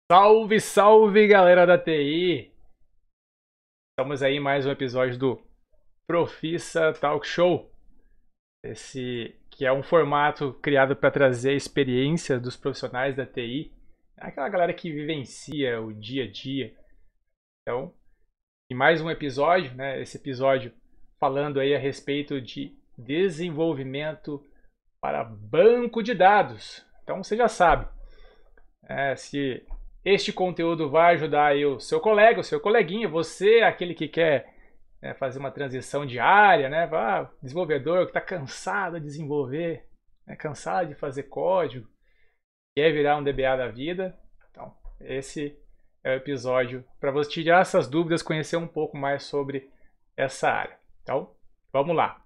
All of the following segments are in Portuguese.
Salve, salve galera da TI! Estamos aí em mais um episódio do Profissa Talk Show. Esse que é um formato criado para trazer a experiência dos profissionais da TI, aquela galera que vivencia o dia a dia. Então, em mais um episódio, né? Esse episódio falando aí a respeito de desenvolvimento para banco de dados. Então você já sabe, se este conteúdo vai ajudar aí o seu colega, o seu coleguinha, você, aquele que quer fazer uma transição diária, né? Desenvolvedor que está cansado de desenvolver, cansado de fazer código, quer virar um DBA da vida. Então, esse é o episódio para você tirar essas dúvidas, conhecer um pouco mais sobre essa área. Então, vamos lá.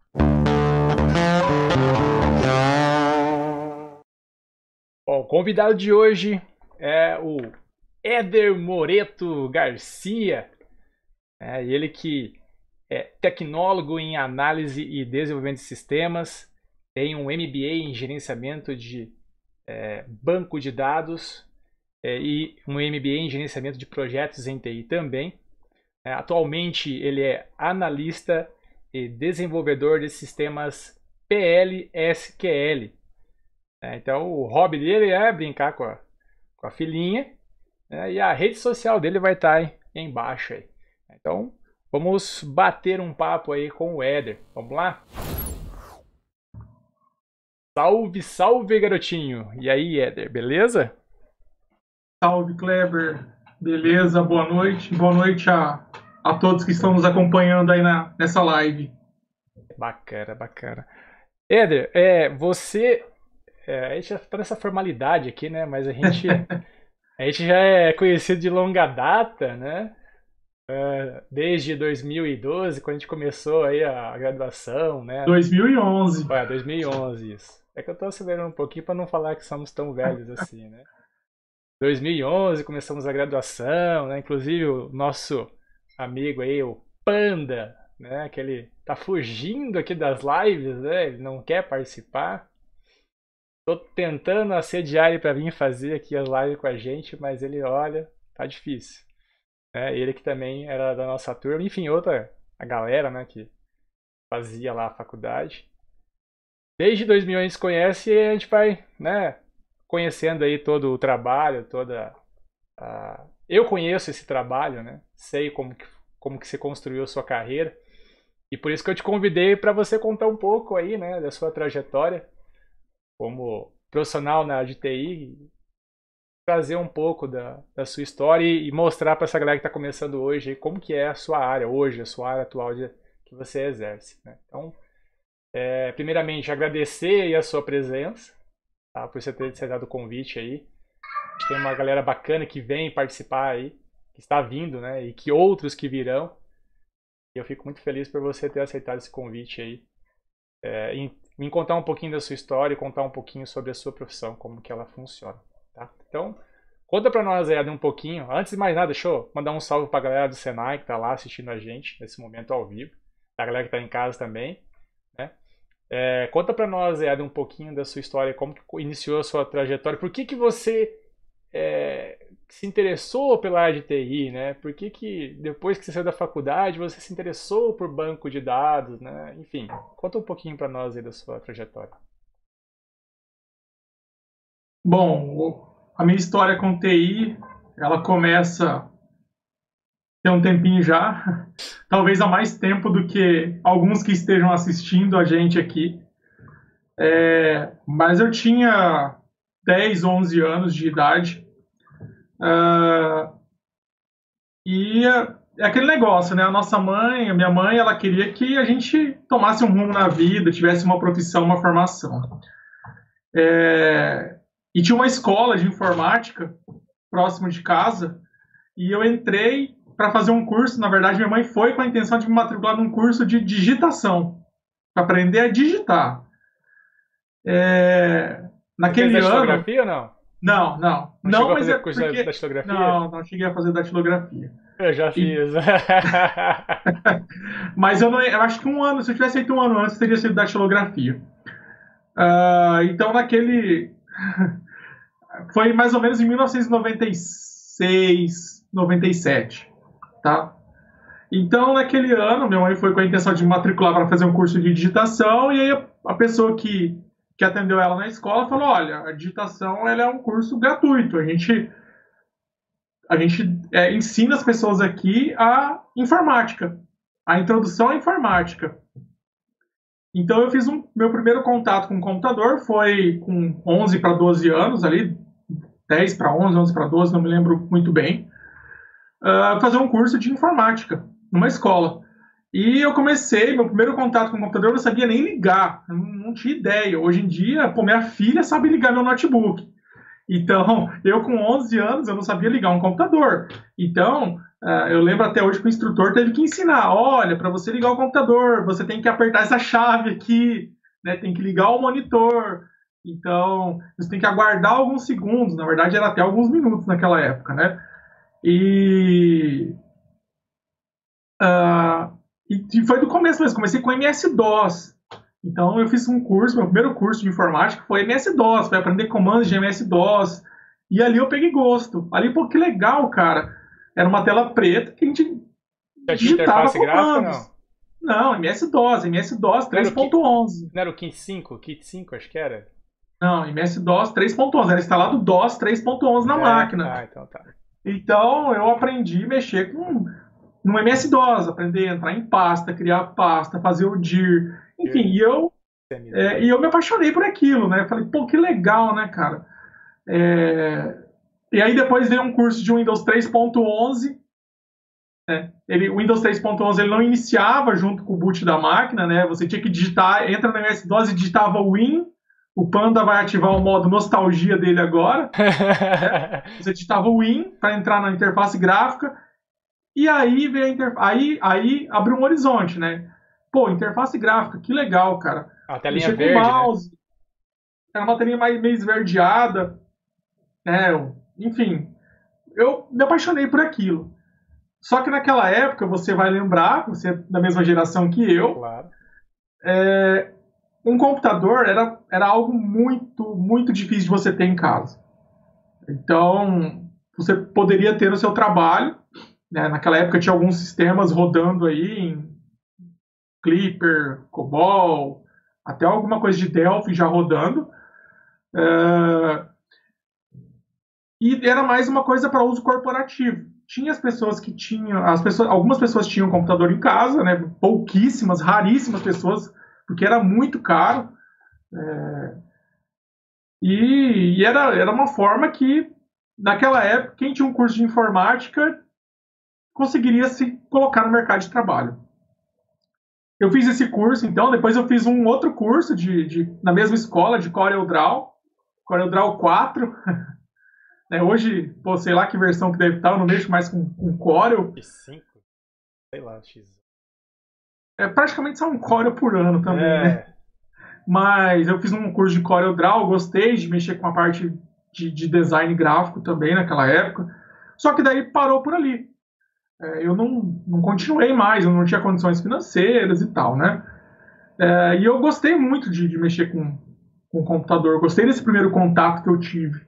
Bom, o convidado de hoje é o Éder Moreto Garcia, ele que é tecnólogo em análise e desenvolvimento de sistemas, tem um MBA em gerenciamento de banco de dados e um MBA em gerenciamento de projetos em TI também. Atualmente ele é analista e desenvolvedor de sistemas PL/SQL. Então o hobby dele é brincar com a filhinha, e a rede social dele vai estar aí embaixo aí. Então vamos bater um papo aí com o Éder. Vamos lá? Salve, salve, garotinho! E aí, Éder, beleza? Salve, Kleber. Beleza? Boa noite. Boa noite a todos que estão nos acompanhando aí nessa live. Bacana, bacana. Éder, você... a gente já tá nessa formalidade aqui, né? Mas a gente já é conhecido de longa data, né? Desde 2012, quando a gente começou aí a graduação, né? 2011. 2011, isso. É que eu tô acelerando um pouquinho para não falar que somos tão velhos assim, né? 2011 começamos a graduação, né? Inclusive o nosso amigo aí, o Panda, né? Que ele tá fugindo aqui das lives, né? Ele não quer participar. Tô tentando assediar ele para vir fazer aqui as lives com a gente, mas ele, olha, tá difícil. Ele que também era da nossa turma, enfim, a galera, né, que fazia lá a faculdade. Desde 2000 a gente se conhece e a gente vai, né, conhecendo aí todo o trabalho, eu conheço esse trabalho, né, sei como que você construiu a sua carreira, e por isso que eu te convidei para você contar um pouco aí, né, da sua trajetória como profissional na área de TI, trazer um pouco da sua história e mostrar para essa galera que está começando hoje como que é a sua área hoje, a sua área atual que você exerce, né? Então, primeiramente, agradecer aí a sua presença, tá? Por você ter aceitado o convite aí. A gente tem uma galera bacana que vem participar aí, que está vindo, né? E que outros que virão. E eu fico muito feliz por você ter aceitado esse convite aí. Me contar um pouquinho da sua história e contar um pouquinho sobre a sua profissão, como que ela funciona, tá? Então, conta pra nós aí um pouquinho. Antes de mais nada, deixa eu mandar um salve pra galera do Senai que tá lá assistindo a gente nesse momento ao vivo. A galera que tá em casa também, né? Conta pra nós aí um pouquinho da sua história, como que iniciou a sua trajetória, por que você se interessou pela área de TI, né? Por que depois que você saiu da faculdade você se interessou por banco de dados, né? Enfim, conta um pouquinho para nós aí da sua trajetória. Bom, a minha história com TI, ela começa tem um tempinho já, talvez há mais tempo do que alguns que estejam assistindo a gente aqui. Mas eu tinha 10, 11 anos de idade. E é aquele negócio, né? A minha mãe, ela queria que a gente tomasse um rumo na vida, tivesse uma profissão, uma formação. E tinha uma escola de informática próximo de casa, e eu entrei para fazer um curso. Na verdade, minha mãe foi com a intenção de me matricular num curso de digitação, para aprender a digitar. Você fez Naquele ano... datilografia ou não? Não, não. Não chegou a Mas fazer é curso da porque... datilografia? Não cheguei a fazer datilografia. Eu já fiz. Mas eu acho que um ano, se eu tivesse feito um ano antes, teria sido datilografia. Então, foi mais ou menos em 1996, 96, 97, tá? Então, naquele ano, minha mãe foi com a intenção de matricular para fazer um curso de digitação, e aí a pessoa que atendeu ela na escola falou: olha, a digitação ela é um curso gratuito, a gente ensina as pessoas aqui a informática, a introdução à informática. Então, eu fiz meu primeiro contato com o computador, foi com 11 para 12 anos, ali, 10 para 11, 11 para 12, não me lembro muito bem, fazer um curso de informática numa escola. E eu comecei, meu primeiro contato com o computador, eu não sabia nem ligar, eu não tinha ideia. Hoje em dia, pô, minha filha sabe ligar meu notebook. Então, eu com 11 anos, eu não sabia ligar um computador. Então, eu lembro até hoje que o instrutor teve que ensinar, olha, para você ligar o computador, você tem que apertar essa chave aqui, né, tem que ligar o monitor. Então, você tem que aguardar alguns segundos, na verdade era até alguns minutos naquela época, né? E, e foi do começo mesmo, comecei com MS-DOS. Então eu fiz um curso, meu primeiro curso de informática foi MS-DOS, foi aprender comandos de MS-DOS. E ali eu peguei gosto. Ali, pô, que legal, cara. Era uma tela preta que a gente Já tinha digitava interface gráfica ou comandos. não? Não, MS-DOS, MS-DOS Não era o, 3.11. não era o Kit 5? Kit 5, acho que era. Não, MS-DOS 3.11. Era instalado DOS 3.11 na máquina. Então tá. Então eu aprendi a mexer no MS-DOS, aprender a entrar em pasta, criar pasta, fazer o dir. Enfim, e eu me apaixonei por aquilo, né? Falei, pô, que legal, né, cara? E aí depois veio um curso de Windows 3.11. Né? O Windows 3.11 ele não iniciava junto com o boot da máquina, né? Você tinha que digitar, entra no MS-DOS e digitava Win. O Panda vai ativar o modo nostalgia dele agora. Né? Você digitava Win para entrar na interface gráfica. E aí veio aí abriu um horizonte, né? Pô, interface gráfica, que legal, cara. A telinha Mexer verde, com mouse. né? Era uma telinha meio esverdeada. Né? Enfim, eu me apaixonei por aquilo. Só que naquela época, você vai lembrar, você é da mesma geração que eu, Claro. Um computador era algo muito, muito difícil de você ter em casa. Então, você poderia ter no seu trabalho, né? Naquela época tinha alguns sistemas rodando aí em Clipper, COBOL, até alguma coisa de Delphi já rodando. E era mais uma coisa para uso corporativo. Tinha as pessoas que tinham, algumas pessoas tinham computador em casa, né? Pouquíssimas, raríssimas pessoas, porque era muito caro. E era uma forma que, naquela época, quem tinha um curso de informática conseguiria se colocar no mercado de trabalho. Eu fiz esse curso, então, depois eu fiz um outro curso na mesma escola, de CorelDRAW 4. Né? Hoje, pô, sei lá que versão que deve estar, eu não mexo mais com Corel. X5? Sei lá, X. Praticamente só um Corel por ano também, né? Mas eu fiz um curso de CorelDRAW, gostei de mexer com a parte de design gráfico também naquela época. Só que daí parou por ali. Eu não continuei mais, eu não tinha condições financeiras e tal, né? E eu gostei muito de mexer com o computador, gostei desse primeiro contato que eu tive.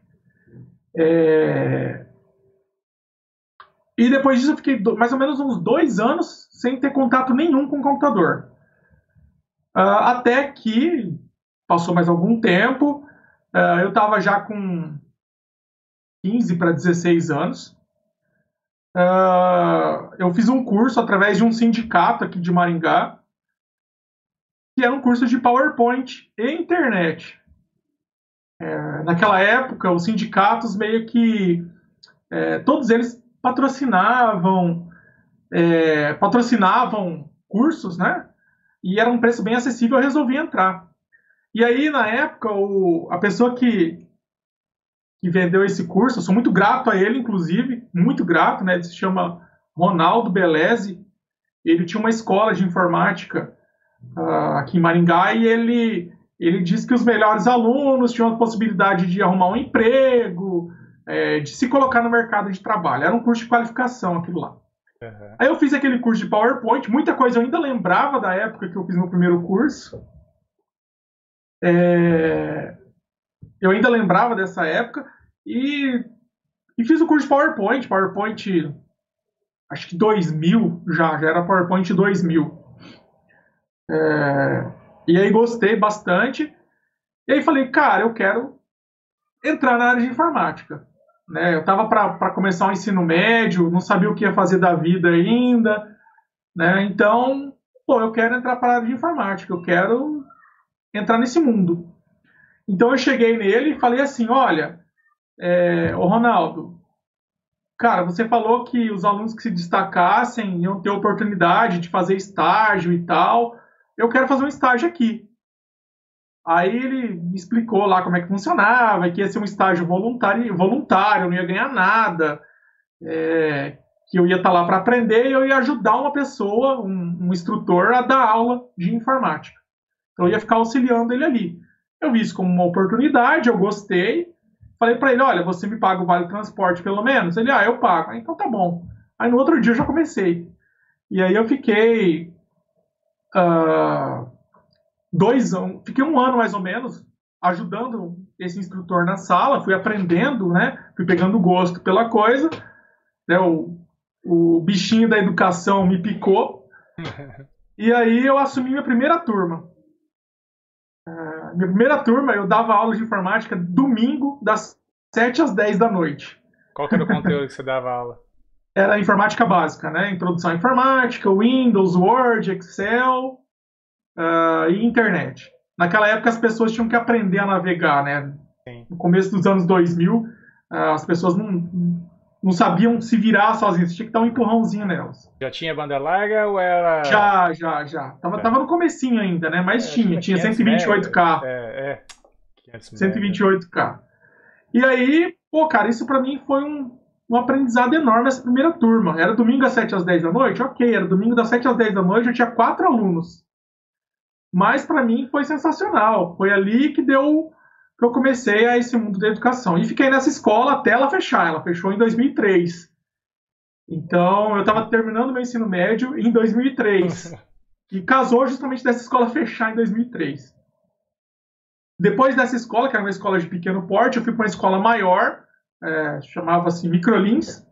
E depois disso eu fiquei mais ou menos uns 2 anos sem ter contato nenhum com o computador. Até que passou mais algum tempo, eu estava já com 15 para 16 anos. Eu fiz um curso através de um sindicato aqui de Maringá, que era um curso de PowerPoint e internet. Naquela época, os sindicatos meio que todos eles patrocinavam cursos, né? E era um preço bem acessível, eu resolvi entrar. E aí, na época, a pessoa que vendeu esse curso, eu sou muito grato a ele, inclusive, muito grato, né? Ele se chama Ronaldo Beleze. Ele tinha uma escola de informática aqui em Maringá e ele disse que os melhores alunos tinham a possibilidade de arrumar um emprego, de se colocar no mercado de trabalho. Era um curso de qualificação, aquilo lá. Uhum. Aí eu fiz aquele curso de PowerPoint, muita coisa eu ainda lembrava da época que eu fiz meu primeiro curso. Eu ainda lembrava dessa época e E fiz o curso de PowerPoint, acho que 2000 já era PowerPoint 2000. E aí gostei bastante. E aí falei, cara, eu quero entrar na área de informática. Né? Eu estava para começar o ensino médio, não sabia o que ia fazer da vida ainda. Né? Então, pô, eu quero entrar para a área de informática, eu quero entrar nesse mundo. Então eu cheguei nele e falei assim, olha, ô Ronaldo, cara, você falou que os alunos que se destacassem iam ter oportunidade de fazer estágio e tal. Eu quero fazer um estágio aqui. Aí ele me explicou lá como é que funcionava, que ia ser um estágio voluntário, não ia ganhar nada, que eu ia estar lá para aprender e eu ia ajudar uma pessoa, um instrutor, a dar aula de informática. Então eu ia ficar auxiliando ele ali. Eu vi isso como uma oportunidade, eu gostei. Falei para ele, olha, você me paga o vale transporte pelo menos? Ele, eu pago. Então tá bom. Aí no outro dia eu já comecei. E aí eu fiquei fiquei um ano mais ou menos ajudando esse instrutor na sala, fui aprendendo, né? Fui pegando gosto pela coisa. Né? O bichinho da educação me picou. E aí eu assumi minha primeira turma. Minha primeira turma, eu dava aula de informática domingo, das 7 às 10 da noite. Qual que era o conteúdo que você dava aula? Era informática básica, né? Introdução à informática, Windows, Word, Excel e internet. Naquela época as pessoas tinham que aprender a navegar, né? Sim. No começo dos anos 2000, as pessoas não sabiam se virar sozinhas, você tinha que dar um empurrãozinho nelas. Já tinha banda larga ou era... Já. Tava no comecinho ainda, né? Mas tinha 128K. 128K. E aí, pô, cara, isso pra mim foi um aprendizado enorme essa primeira turma. Era domingo das 7 às 10 da noite? Ok, era domingo das 7 às 10 da noite, eu tinha 4 alunos. Mas pra mim foi sensacional. Foi ali que eu comecei a esse mundo da educação. E fiquei nessa escola até ela fechar. Ela fechou em 2003. Então, eu estava terminando meu ensino médio em 2003. E casou justamente dessa escola fechar em 2003. Depois dessa escola, que era uma escola de pequeno porte, eu fui para uma escola maior, chamava-se Microlins.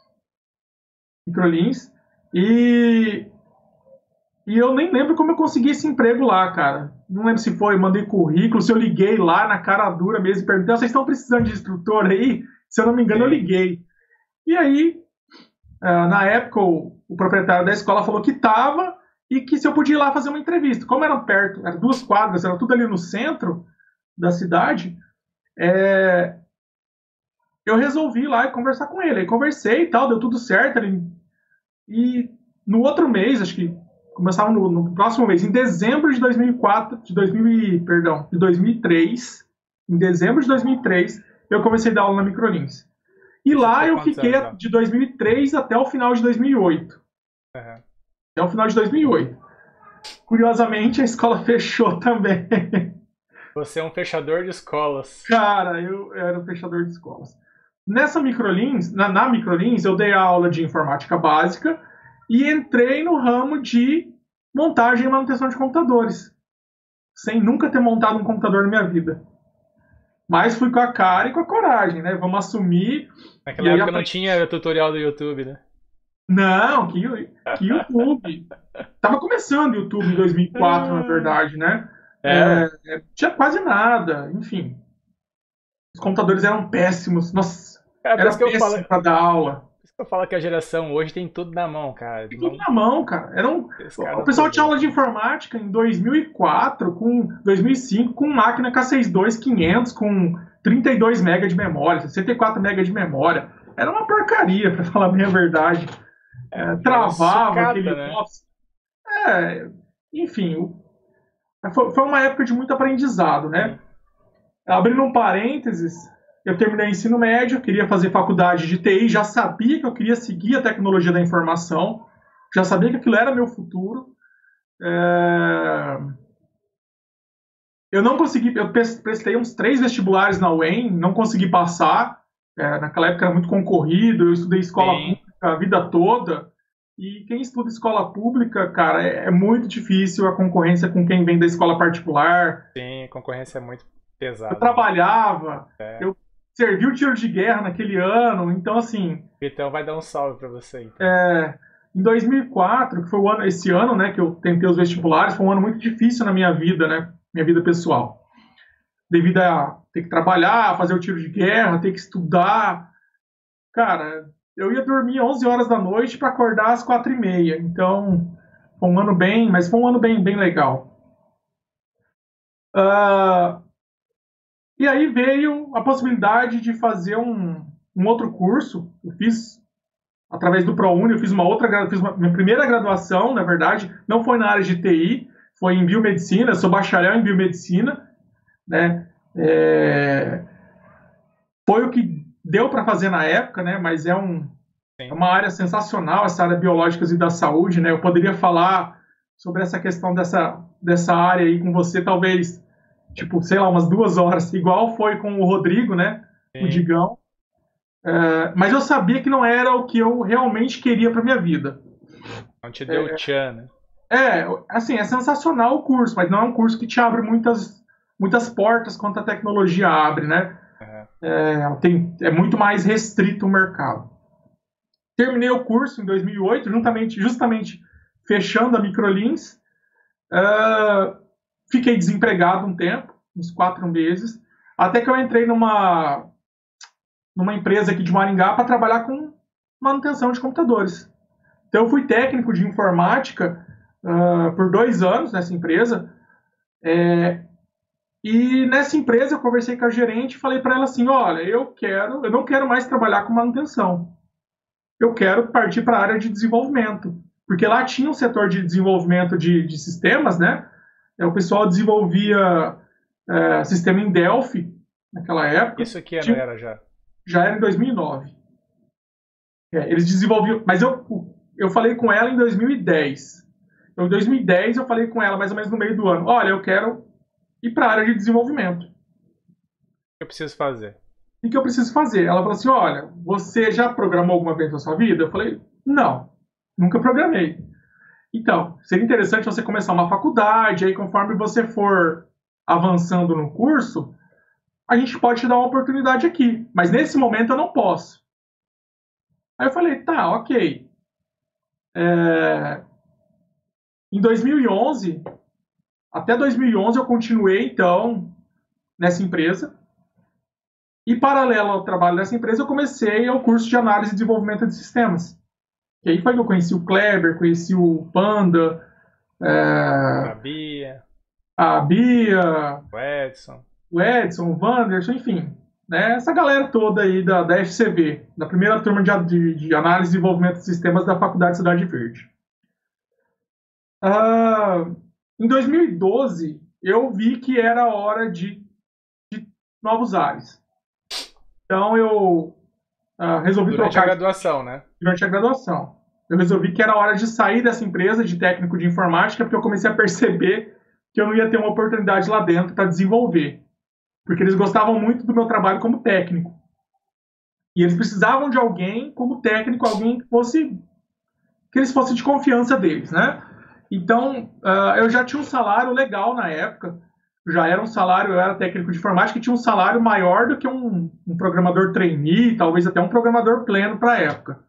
E eu nem lembro como eu consegui esse emprego lá, cara. Não lembro se foi, eu mandei currículo, se eu liguei lá na cara dura mesmo e perguntei, vocês estão precisando de instrutor aí? Se eu não me engano, eu liguei. E aí, na época, o proprietário da escola falou que estava e que se eu podia ir lá fazer uma entrevista. Como eram perto, eram 2 quadras, era tudo ali no centro da cidade, eu resolvi ir lá e conversar com ele. Aí conversei e tal, deu tudo certo. E no outro mês, acho que começava no próximo mês, em dezembro de 2003, em dezembro de 2003, eu comecei a dar aula na Microlins. E lá eu fiquei de 2003 até o final de 2008. Uhum. Até o final de 2008. Curiosamente, a escola fechou também. Você é um fechador de escolas. Cara, eu era um fechador de escolas. Nessa Microlins, na Microlins, eu dei aula de informática básica e entrei no ramo de montagem e manutenção de computadores, sem nunca ter montado um computador na minha vida. Mas fui com a cara e com a coragem, né? Vamos assumir. Naquela época não tinha tutorial do YouTube, né? Não, que YouTube. Tava começando o YouTube em 2004, na verdade, né? Tinha quase nada, enfim. Os computadores eram péssimos. Nossa, era péssimo pra dar aula. Eu falo que a geração hoje tem tudo na mão, cara. Tem tudo na mão, cara. O pessoal tinha aula de informática em 2004, 2005, com máquina K62 500, com 32 MB de memória, 64 MB de memória. Era uma porcaria, pra falar bem a verdade. Travava aquele negócio. Enfim, foi uma época de muito aprendizado, né? Abrindo um parênteses, eu terminei o ensino médio, queria fazer faculdade de TI, já sabia que eu queria seguir a tecnologia da informação, já sabia que aquilo era meu futuro. Eu não consegui, eu prestei uns 3 vestibulares na UEM, não consegui passar. Naquela época era muito concorrido, eu estudei escola pública a vida toda. E quem estuda escola pública, cara, é muito difícil a concorrência com quem vem da escola particular. Sim, a concorrência é muito pesada. Eu trabalhava, eu serviu tiro de guerra naquele ano. Então, assim, Então vai dar um salve pra você, então. em 2004, que foi o ano, esse ano, né, que eu tentei os vestibulares, foi um ano muito difícil na minha vida, né, minha vida pessoal. Devido a ter que trabalhar, fazer o tiro de guerra, ter que estudar. Cara, eu ia dormir 11 horas da noite para acordar às 4h30. Então, foi um ano bem, mas foi um ano bem, bem legal. Uh, e aí veio a possibilidade de fazer um outro curso. Eu fiz através do ProUni, eu fiz minha primeira graduação, na verdade, não foi na área de TI, foi em biomedicina, eu sou bacharel em biomedicina, né? Foi o que deu para fazer na época, né? Mas é uma área sensacional, essa área biológicas e da saúde, né? Eu poderia falar sobre essa questão dessa área aí com você, talvez, tipo, sei lá, umas 2 horas, igual foi com o Rodrigo, né? Sim. O Digão. Mas eu sabia que não era o que eu realmente queria para minha vida. Não te deu tchan, né? Assim, é sensacional o curso, mas não é um curso que te abre muitas portas quanto a tecnologia abre, né? É muito mais restrito o mercado. Terminei o curso em 2008, justamente fechando a Microlins. Fiquei desempregado um tempo, uns 4 meses, até que eu entrei numa empresa aqui de Maringá para trabalhar com manutenção de computadores. Então eu fui técnico de informática por 2 anos nessa empresa. E nessa empresa eu conversei com a gerente e falei para ela assim, olha, eu não quero mais trabalhar com manutenção. Eu quero partir para a área de desenvolvimento. Porque lá tinha um setor de desenvolvimento de sistemas, né? O pessoal desenvolvia sistema em Delphi, naquela época. Isso aqui não era já? Já era em 2009. Eles desenvolviam... Mas eu falei com ela em 2010. Então, em 2010, eu falei com ela, mais ou menos no meio do ano. Olha, eu quero ir para a área de desenvolvimento. O que eu preciso fazer? O que eu preciso fazer? Ela falou assim, olha, você já programou alguma vez na sua vida? Eu falei, não, nunca programei. Então, seria interessante você começar uma faculdade, aí conforme você for avançando no curso, a gente pode te dar uma oportunidade aqui, mas nesse momento eu não posso. Aí eu falei, tá, ok. Em 2011, até 2011 eu continuei, então, nessa empresa. E, paralelo ao trabalho dessa empresa, eu comecei o curso de análise e desenvolvimento de sistemas. E aí foi que eu conheci o Kleber, conheci o Panda, A Bia, o Edson, o Wanderson, enfim. Né, essa galera toda aí da FCV, da primeira turma de análise e desenvolvimento de sistemas da Faculdade Cidade Verde. Em 2012, eu vi que era hora de novos ares. Então eu resolvi trocar... Durante a graduação, né? Durante a graduação. Eu resolvi que era hora de sair dessa empresa de técnico de informática, porque eu comecei a perceber que eu não ia ter uma oportunidade lá dentro para desenvolver. Porque eles gostavam muito do meu trabalho como técnico. E eles precisavam de alguém como técnico, alguém que eles fossem de confiança deles, né? Então, eu já tinha um salário legal na época. Já era um salário, eu era técnico de informática e tinha um salário maior do que um programador trainee, talvez até um programador pleno para a época.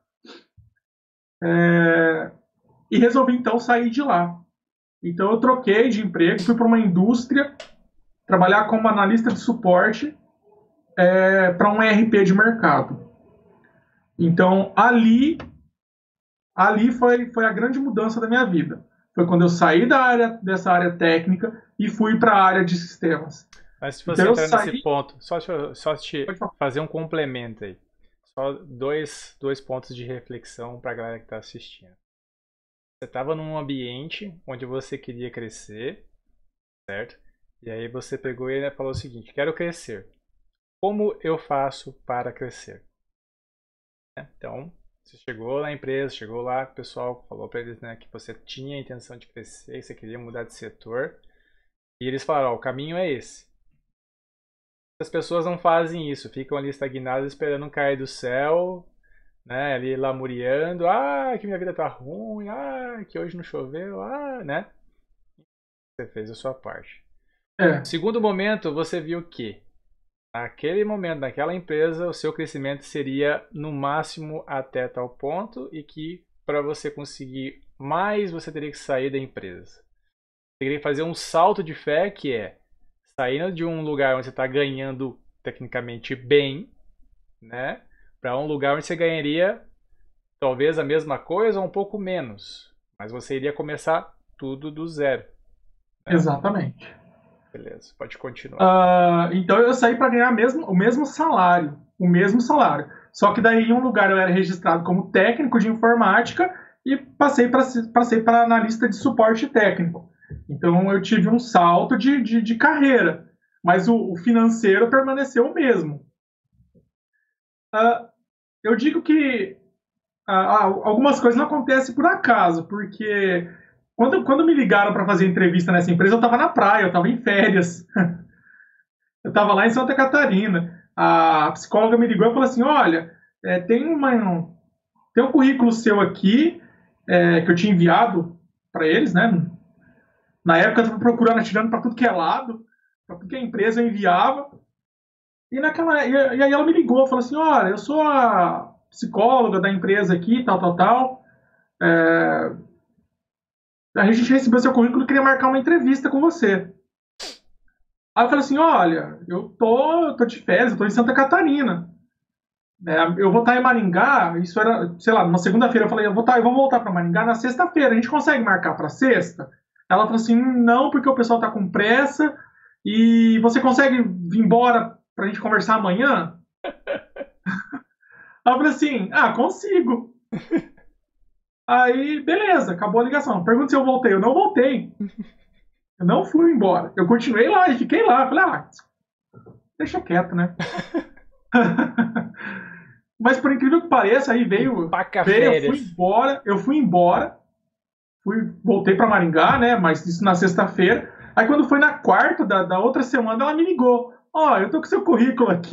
E resolvi então sair de lá. Então eu troquei de emprego, fui para uma indústria trabalhar como analista de suporte para um ERP de mercado. Então ali foi a grande mudança da minha vida. Foi quando eu saí dessa área técnica e fui para a área de sistemas. Mas se você então, entrar nesse ponto, só te fazer um complemento aí. Só dois pontos de reflexão para a galera que está assistindo. Você estava num ambiente onde você queria crescer, certo? E aí você pegou e falou o seguinte, quero crescer. Como eu faço para crescer? Então, você chegou na empresa, chegou lá, o pessoal falou para eles, né, que você tinha a intenção de crescer, que você queria mudar de setor. E eles falaram, o caminho é esse. As pessoas não fazem isso, ficam ali estagnadas esperando cair do céu, né, ali lamuriando, que minha vida tá ruim, que hoje não choveu, né? Você fez a sua parte. Segundo momento, você viu que naquele momento, naquela empresa, o seu crescimento seria no máximo até tal ponto e que para você conseguir mais, você teria que sair da empresa. Você teria que fazer um salto de fé que é saindo de um lugar onde você está ganhando tecnicamente bem, né, para um lugar onde você ganharia talvez a mesma coisa ou um pouco menos, mas você iria começar tudo do zero. Né? Exatamente. Beleza, pode continuar. Então eu saí para ganhar o mesmo salário. O mesmo salário. Só que daí em um lugar eu era registrado como técnico de informática e passei para analista de suporte técnico. Então eu tive um salto de carreira. Mas o financeiro permaneceu o mesmo. Eu digo que algumas coisas não acontecem por acaso, porque quando me ligaram para fazer entrevista nessa empresa, eu estava na praia, eu estava em férias. Eu estava lá em Santa Catarina. A psicóloga me ligou e falou assim, olha, tem um currículo seu aqui, que eu tinha enviado para eles, né? Na época eu estava procurando, atirando para tudo que é lado, para tudo que a empresa enviava. E aí ela me ligou, falou assim, olha, eu sou a psicóloga da empresa aqui, tal. A gente recebeu seu currículo e queria marcar uma entrevista com você. Aí eu falei assim, olha, eu tô de férias, eu tô em Santa Catarina. Eu vou estar em Maringá, isso era, sei lá, numa segunda-feira eu falei, eu vou voltar para Maringá na sexta-feira, a gente consegue marcar para sexta? Ela falou assim, não, porque o pessoal tá com pressa e você consegue vir embora pra gente conversar amanhã? Aí eu falei assim, consigo. Aí, beleza, acabou a ligação. Pergunta se eu voltei. Eu não voltei. Eu não fui embora. Eu continuei lá e fiquei lá. Falei, deixa quieto, né? Mas por incrível que pareça, aí veio, eu fui embora, voltei para Maringá, né? Mas isso na sexta-feira. Aí quando foi na quarta da outra semana, ela me ligou. Eu tô com seu currículo aqui.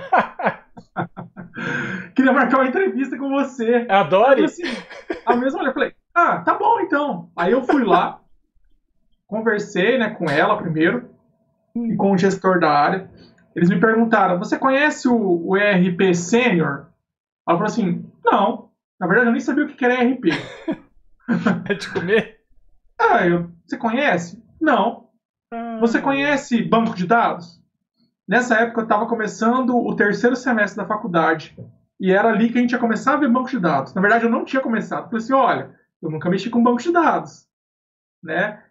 Queria marcar uma entrevista com você. Adore! Assim, a mesma mulher, eu falei, tá bom então. Aí eu fui lá, conversei, né, com ela primeiro e com o gestor da área. Eles me perguntaram, você conhece o ERP Sênior? Ela falou assim, não. Na verdade, eu nem sabia o que era ERP. É de comer? Você conhece? Não. Você conhece banco de dados? Nessa época eu estava começando o terceiro semestre da faculdade. E era ali que a gente ia começar a ver banco de dados. Na verdade, eu não tinha começado. Eu falei assim, olha, eu nunca mexi com banco de dados. Né?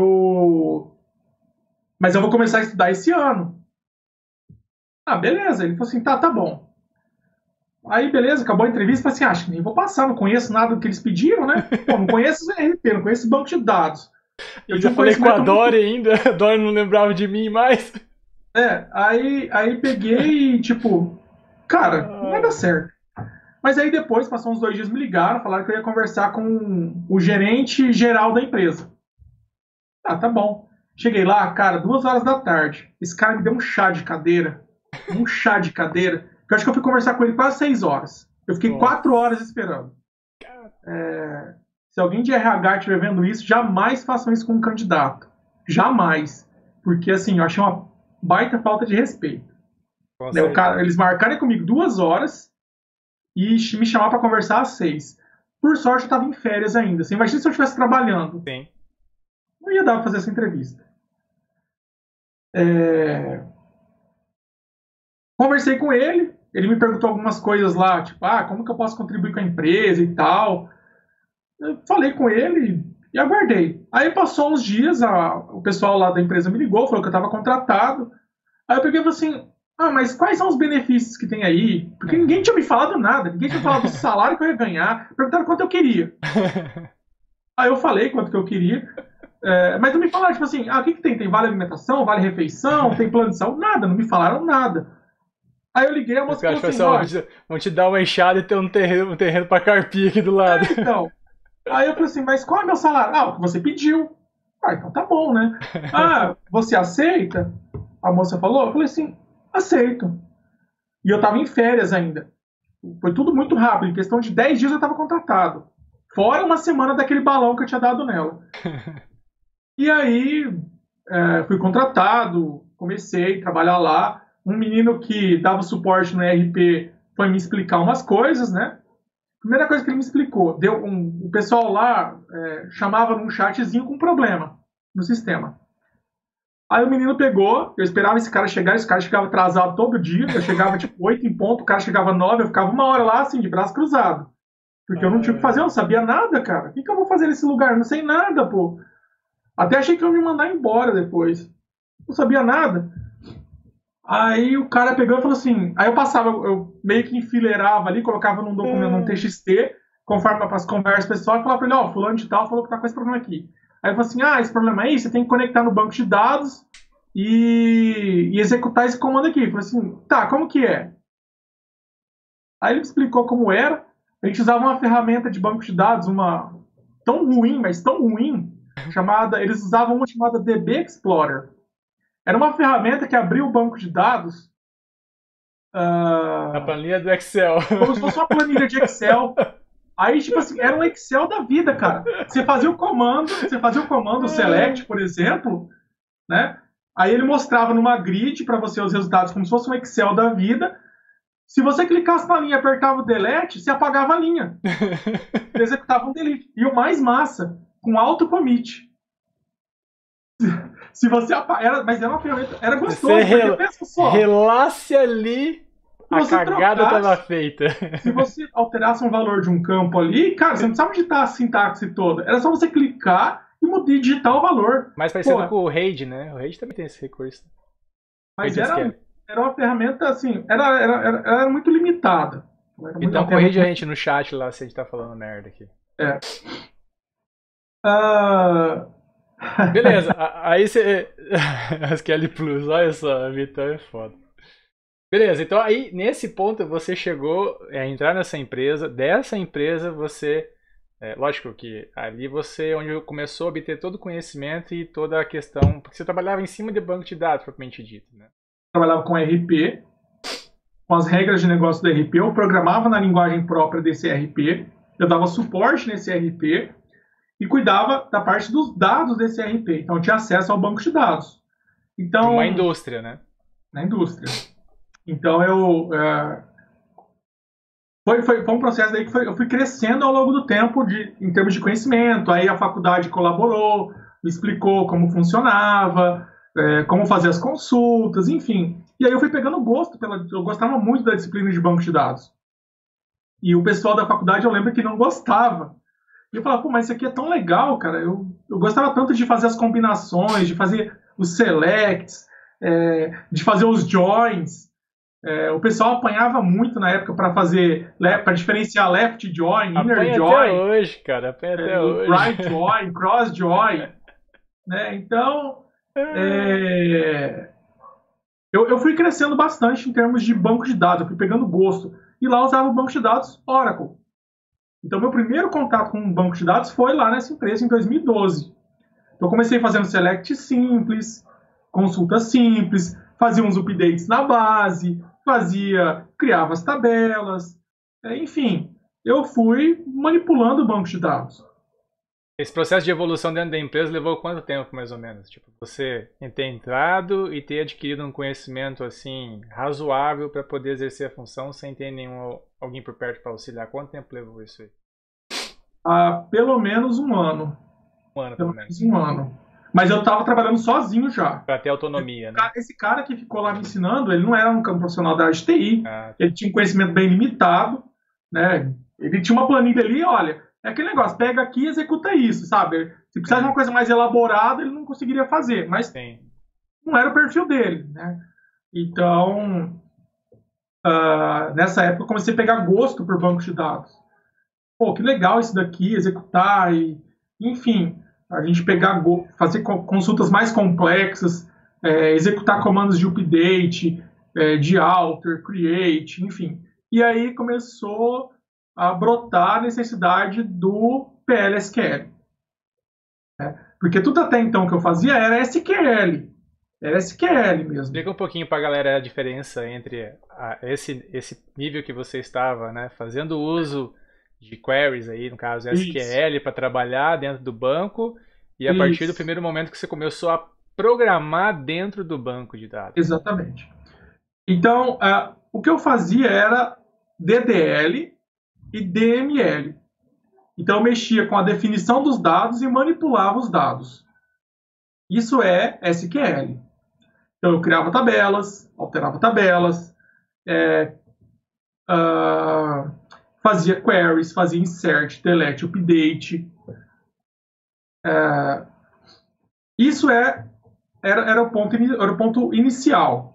Mas eu vou começar a estudar esse ano. Beleza. Ele falou assim, tá bom. Aí, beleza, acabou a entrevista. Falei assim, acho que nem vou passar, não conheço nada do que eles pediram, né? Não conheço ERP, não conheço banco de dados. Eu já falei com a Dori ainda. A Dori não lembrava de mim mais. Aí peguei e, tipo, cara, não vai dar certo. Mas aí depois, passou uns 2 dias, me ligaram, falaram que eu ia conversar com o gerente geral da empresa. Tá bom. Cheguei lá, cara, 2 horas da tarde. Esse cara me deu um chá de cadeira. Que eu acho que eu fui conversar com ele quase 6 horas. Eu fiquei 4 horas esperando. Se alguém de RH estiver vendo isso, jamais façam isso com um candidato. Jamais. Porque, assim, eu achei uma baita falta de respeito. Eles marcaram comigo 2 horas e me chamaram para conversar às 6. Por sorte, eu estava em férias ainda. Assim, imagina se eu estivesse trabalhando. Sim. Não ia dar para fazer essa entrevista. Conversei com ele. Ele me perguntou algumas coisas lá, tipo, como que eu posso contribuir com a empresa e tal. Eu falei com ele e aguardei. Aí passou uns dias, o pessoal lá da empresa me ligou, falou que eu estava contratado. Aí eu peguei e falei assim, mas quais são os benefícios que tem aí? Porque ninguém tinha me falado nada, ninguém tinha falado do salário que eu ia ganhar, perguntaram quanto eu queria. Aí eu falei quanto que eu queria, mas não me falaram, tipo assim, o que tem? Tem vale alimentação, vale refeição, tem plano de saúde? Nada, não me falaram nada. Aí eu liguei, a moça falou assim, vão te dar uma enxada e ter um terreno pra carpir aqui do lado. Então. Aí eu falei assim, mas qual é o meu salário? O que você pediu. Então tá bom, né? Você aceita? A moça falou. Eu falei assim, aceito. E eu tava em férias ainda. Foi tudo muito rápido. Em questão de 10 dias eu tava contratado. Fora uma semana daquele balão que eu tinha dado nela. E aí, fui contratado, comecei a trabalhar lá. Um menino que dava suporte no ERP foi me explicar umas coisas, né? Primeira coisa que ele me explicou, o pessoal lá chamava num chatzinho com problema no sistema. Aí o menino pegou, eu esperava esse cara chegar, esse cara chegava atrasado todo dia, eu chegava tipo 8 em ponto, o cara chegava 9, eu ficava 1 hora lá, assim, de braço cruzado. Porque eu não tinha o que fazer, eu não sabia nada, cara. O que eu vou fazer nesse lugar? Eu não sei nada, pô. Até achei que iam me mandar embora depois. Não sabia nada. Aí o cara pegou e falou assim. Aí eu passava, eu meio que enfileirava ali, colocava num documento, num TXT, conforme as conversas pessoal, e falava pra ele: ó, fulano de tal falou que tá com esse problema aqui. Aí ele falou assim: ah, esse problema aí, você tem que conectar no banco de dados e executar esse comando aqui. Eu falei assim: tá, como que é? Aí ele me explicou como era. A gente usava uma ferramenta de banco de dados, uma tão ruim, mas tão ruim, eles usavam uma chamada DB Explorer. Era uma ferramenta que abria o banco de dados A planilha do Excel. como se fosse uma planilha de Excel. Aí, tipo assim, era um Excel da vida, cara. Você fazia o comando select, por exemplo, né? Aí ele mostrava numa grid para você os resultados como se fosse um Excel da vida. Se você clicasse na linha e apertava o delete, você apagava a linha. Você executava um delete. E o mais massa, com auto commit. Se você mas era uma ferramenta, era gostoso, porque pensa só. Relasse ali, a cagada estava feita. Se você alterasse um valor de um campo ali, cara, você não precisava digitar a sintaxe toda. Era só você clicar e digitar o valor. Mais parecido com o RAID, né? O RAID também tem esse recurso. Mas era uma ferramenta, assim, era muito limitada. Então corrige a gente no chat lá se a gente tá falando merda aqui. Beleza, aí você... SQL Plus, olha só, a Vitão é foda. Beleza, então aí nesse ponto você chegou a entrar nessa empresa, dessa empresa você... lógico que ali você, onde começou a obter todo o conhecimento e toda a questão, porque você trabalhava em cima de banco de dados, propriamente dito, né? Trabalhava com RP, com as regras de negócio do RP, eu programava na linguagem própria desse RP, eu dava suporte nesse RP e cuidava da parte dos dados desse RP. Então eu tinha acesso ao banco de dados. Então, uma indústria, né? Na indústria. Então foi um processo daí que eu fui crescendo ao longo do tempo em termos de conhecimento. Aí a faculdade colaborou, me explicou como funcionava, como fazer as consultas, enfim. E aí eu fui pegando gosto, eu gostava muito da disciplina de banco de dados. E o pessoal da faculdade eu lembro que não gostava. E eu falava, pô, mas isso aqui é tão legal, cara. Eu gostava tanto de fazer as combinações, de fazer os selects, de fazer os joins. O pessoal apanhava muito na época para diferenciar left join, inner join. Até hoje, cara, apanha até hoje. Right join, cross join. Né? Então, eu fui crescendo bastante em termos de banco de dados, eu fui pegando gosto. E lá eu usava o banco de dados Oracle. Então, meu primeiro contato com um banco de dados foi lá nessa empresa em 2012. Então, eu comecei fazendo select simples, consulta simples, fazia uns updates na base, criava as tabelas, enfim, eu fui manipulando o banco de dados. Esse processo de evolução dentro da empresa levou quanto tempo, mais ou menos? Tipo, você ter entrado e ter adquirido um conhecimento assim razoável para poder exercer a função sem ter alguém por perto para auxiliar. Quanto tempo levou isso aí? Pelo menos um ano. Pelo menos um ano. Mas eu estava trabalhando sozinho já. Para ter autonomia, né? Esse cara que ficou lá me ensinando, ele não era um profissional da área de TI. Ele tinha um conhecimento bem limitado, né? Ele tinha uma planilha ali, olha, é aquele negócio, pega aqui e executa isso, sabe? Se precisasse de uma coisa mais elaborada, ele não conseguiria fazer, mas não era o perfil dele, né? Então, nessa época eu comecei a pegar gosto por banco de dados. Pô, que legal isso daqui, executar, enfim, a gente fazer consultas mais complexas, executar comandos de update, de alter, create, enfim. E aí começou a brotar a necessidade do PL/SQL. Porque tudo até então que eu fazia era SQL. Era SQL mesmo. Explica um pouquinho para a galera a diferença entre esse nível que você estava, né, fazendo uso de queries aí, no caso SQL, para trabalhar dentro do banco, e a partir do primeiro momento que você começou a programar dentro do banco de dados. Exatamente. Então, o que eu fazia era DDL e DML. Então, eu mexia com a definição dos dados e manipulava os dados. Isso é SQL. Então, eu criava tabelas, alterava tabelas, fazia queries, fazia insert, delete, update. Isso era o ponto inicial.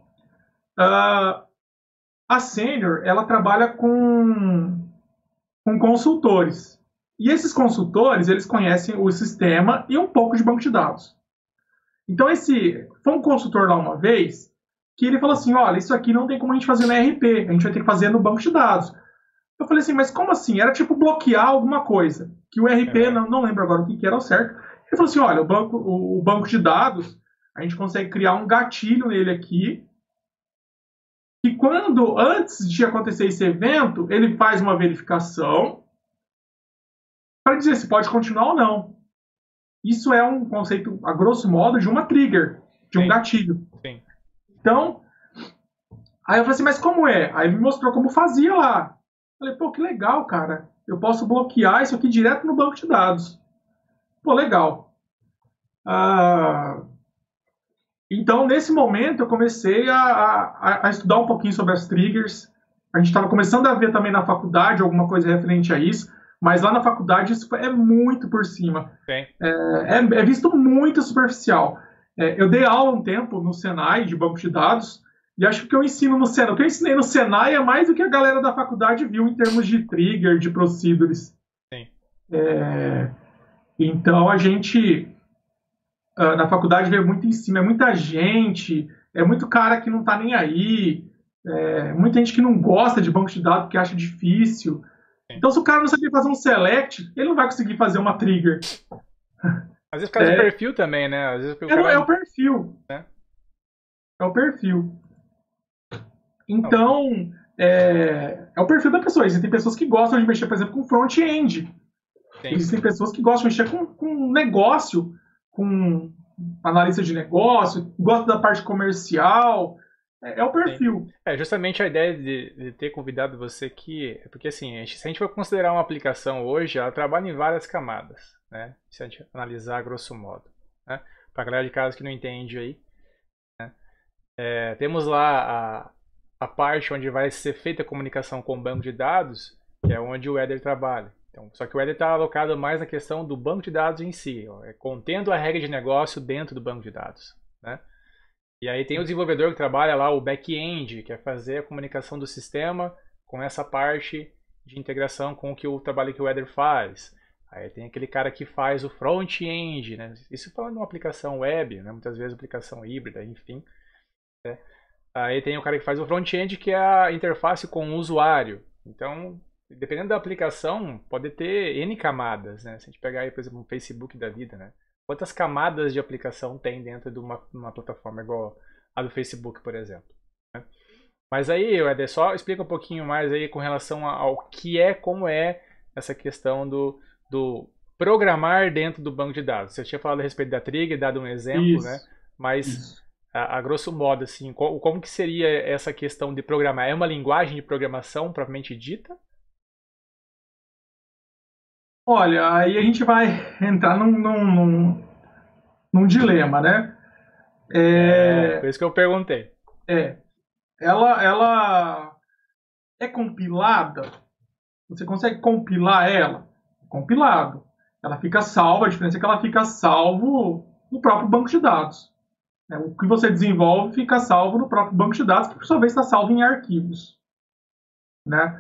A Senior, ela trabalha com consultores. E esses consultores, eles conhecem o sistema e um pouco de banco de dados. Então, foi um consultor lá uma vez que ele falou assim, olha, isso aqui não tem como a gente fazer no ERP, a gente vai ter que fazer no banco de dados. Eu falei assim, mas como assim? Era tipo bloquear alguma coisa, que o ERP, não lembro agora o que era o certo. Ele falou assim, olha, o banco de dados, a gente consegue criar um gatilho nele aqui, e quando, antes de acontecer esse evento, ele faz uma verificação para dizer se pode continuar ou não. Isso é um conceito, a grosso modo, de uma trigger, de um gatilho. Sim. Então, aí eu falei assim, mas como é? Aí ele me mostrou como fazia lá. Eu falei, pô, que legal, cara. Eu posso bloquear isso aqui direto no banco de dados. Pô, legal. Então, nesse momento, eu comecei a estudar um pouquinho sobre as triggers. A gente estava começando a ver também na faculdade alguma coisa referente a isso, mas lá na faculdade isso é muito por cima. É visto muito superficial. Eu dei aula um tempo no Senai de banco de dados, e acho que o que eu ensino no Senai, o que eu ensinei no Senai é mais do que a galera da faculdade viu em termos de trigger, de procedures. Sim. Então a gente na faculdade vê muito em cima, é muita gente, é muito cara que não tá nem aí, muita gente que não gosta de banco de dados porque acha difícil. Então, se o cara não sabe fazer um select, ele não vai conseguir fazer uma trigger. Às vezes por causa do perfil também, né? Às vezes o cara... É o perfil. É o perfil. Então, é o perfil da pessoa. Existem pessoas que gostam de mexer, por exemplo, com front-end. Existem pessoas que gostam de mexer com negócio, com analista de negócio, gostam da parte comercial. É o perfil. Justamente a ideia de ter convidado você aqui é porque, assim, se a gente for considerar uma aplicação hoje, ela trabalha em várias camadas, né? Se a gente analisar grosso modo, né? Para a galera de casa que não entende aí, né? Temos lá a parte onde vai ser feita a comunicação com o banco de dados, que é onde o Eder trabalha. Então, só que o Eder está alocado mais na questão do banco de dados em si, contendo a regra de negócio dentro do banco de dados, né? E aí tem o desenvolvedor que trabalha lá, o back-end, que é fazer a comunicação do sistema com essa parte de integração com o trabalho que o Eder faz. Aí tem aquele cara que faz o front-end, né? Isso falando de uma aplicação web, né? Muitas vezes aplicação híbrida, enfim. Né? Aí tem o cara que faz o front-end, que é a interface com o usuário. Então, dependendo da aplicação, pode ter N camadas, né? Se a gente pegar aí, por exemplo, um Facebook da vida, né? Quantas camadas de aplicação tem dentro de uma plataforma igual a do Facebook, por exemplo. Né? Mas aí, Eder, só explica um pouquinho mais aí com relação ao que como é essa questão do programar dentro do banco de dados. Você tinha falado a respeito da trigger, dado um exemplo, né? Mas a grosso modo, assim, como que seria essa questão de programar? É uma linguagem de programação propriamente dita? Olha, aí a gente vai entrar num dilema, né? Por isso que eu perguntei. Ela é compilada? Você consegue compilar ela? Compilado. Ela fica salva, a diferença é que ela fica salvo no próprio banco de dados. O que você desenvolve fica salvo no próprio banco de dados, que por sua vez está salvo em arquivos. Né?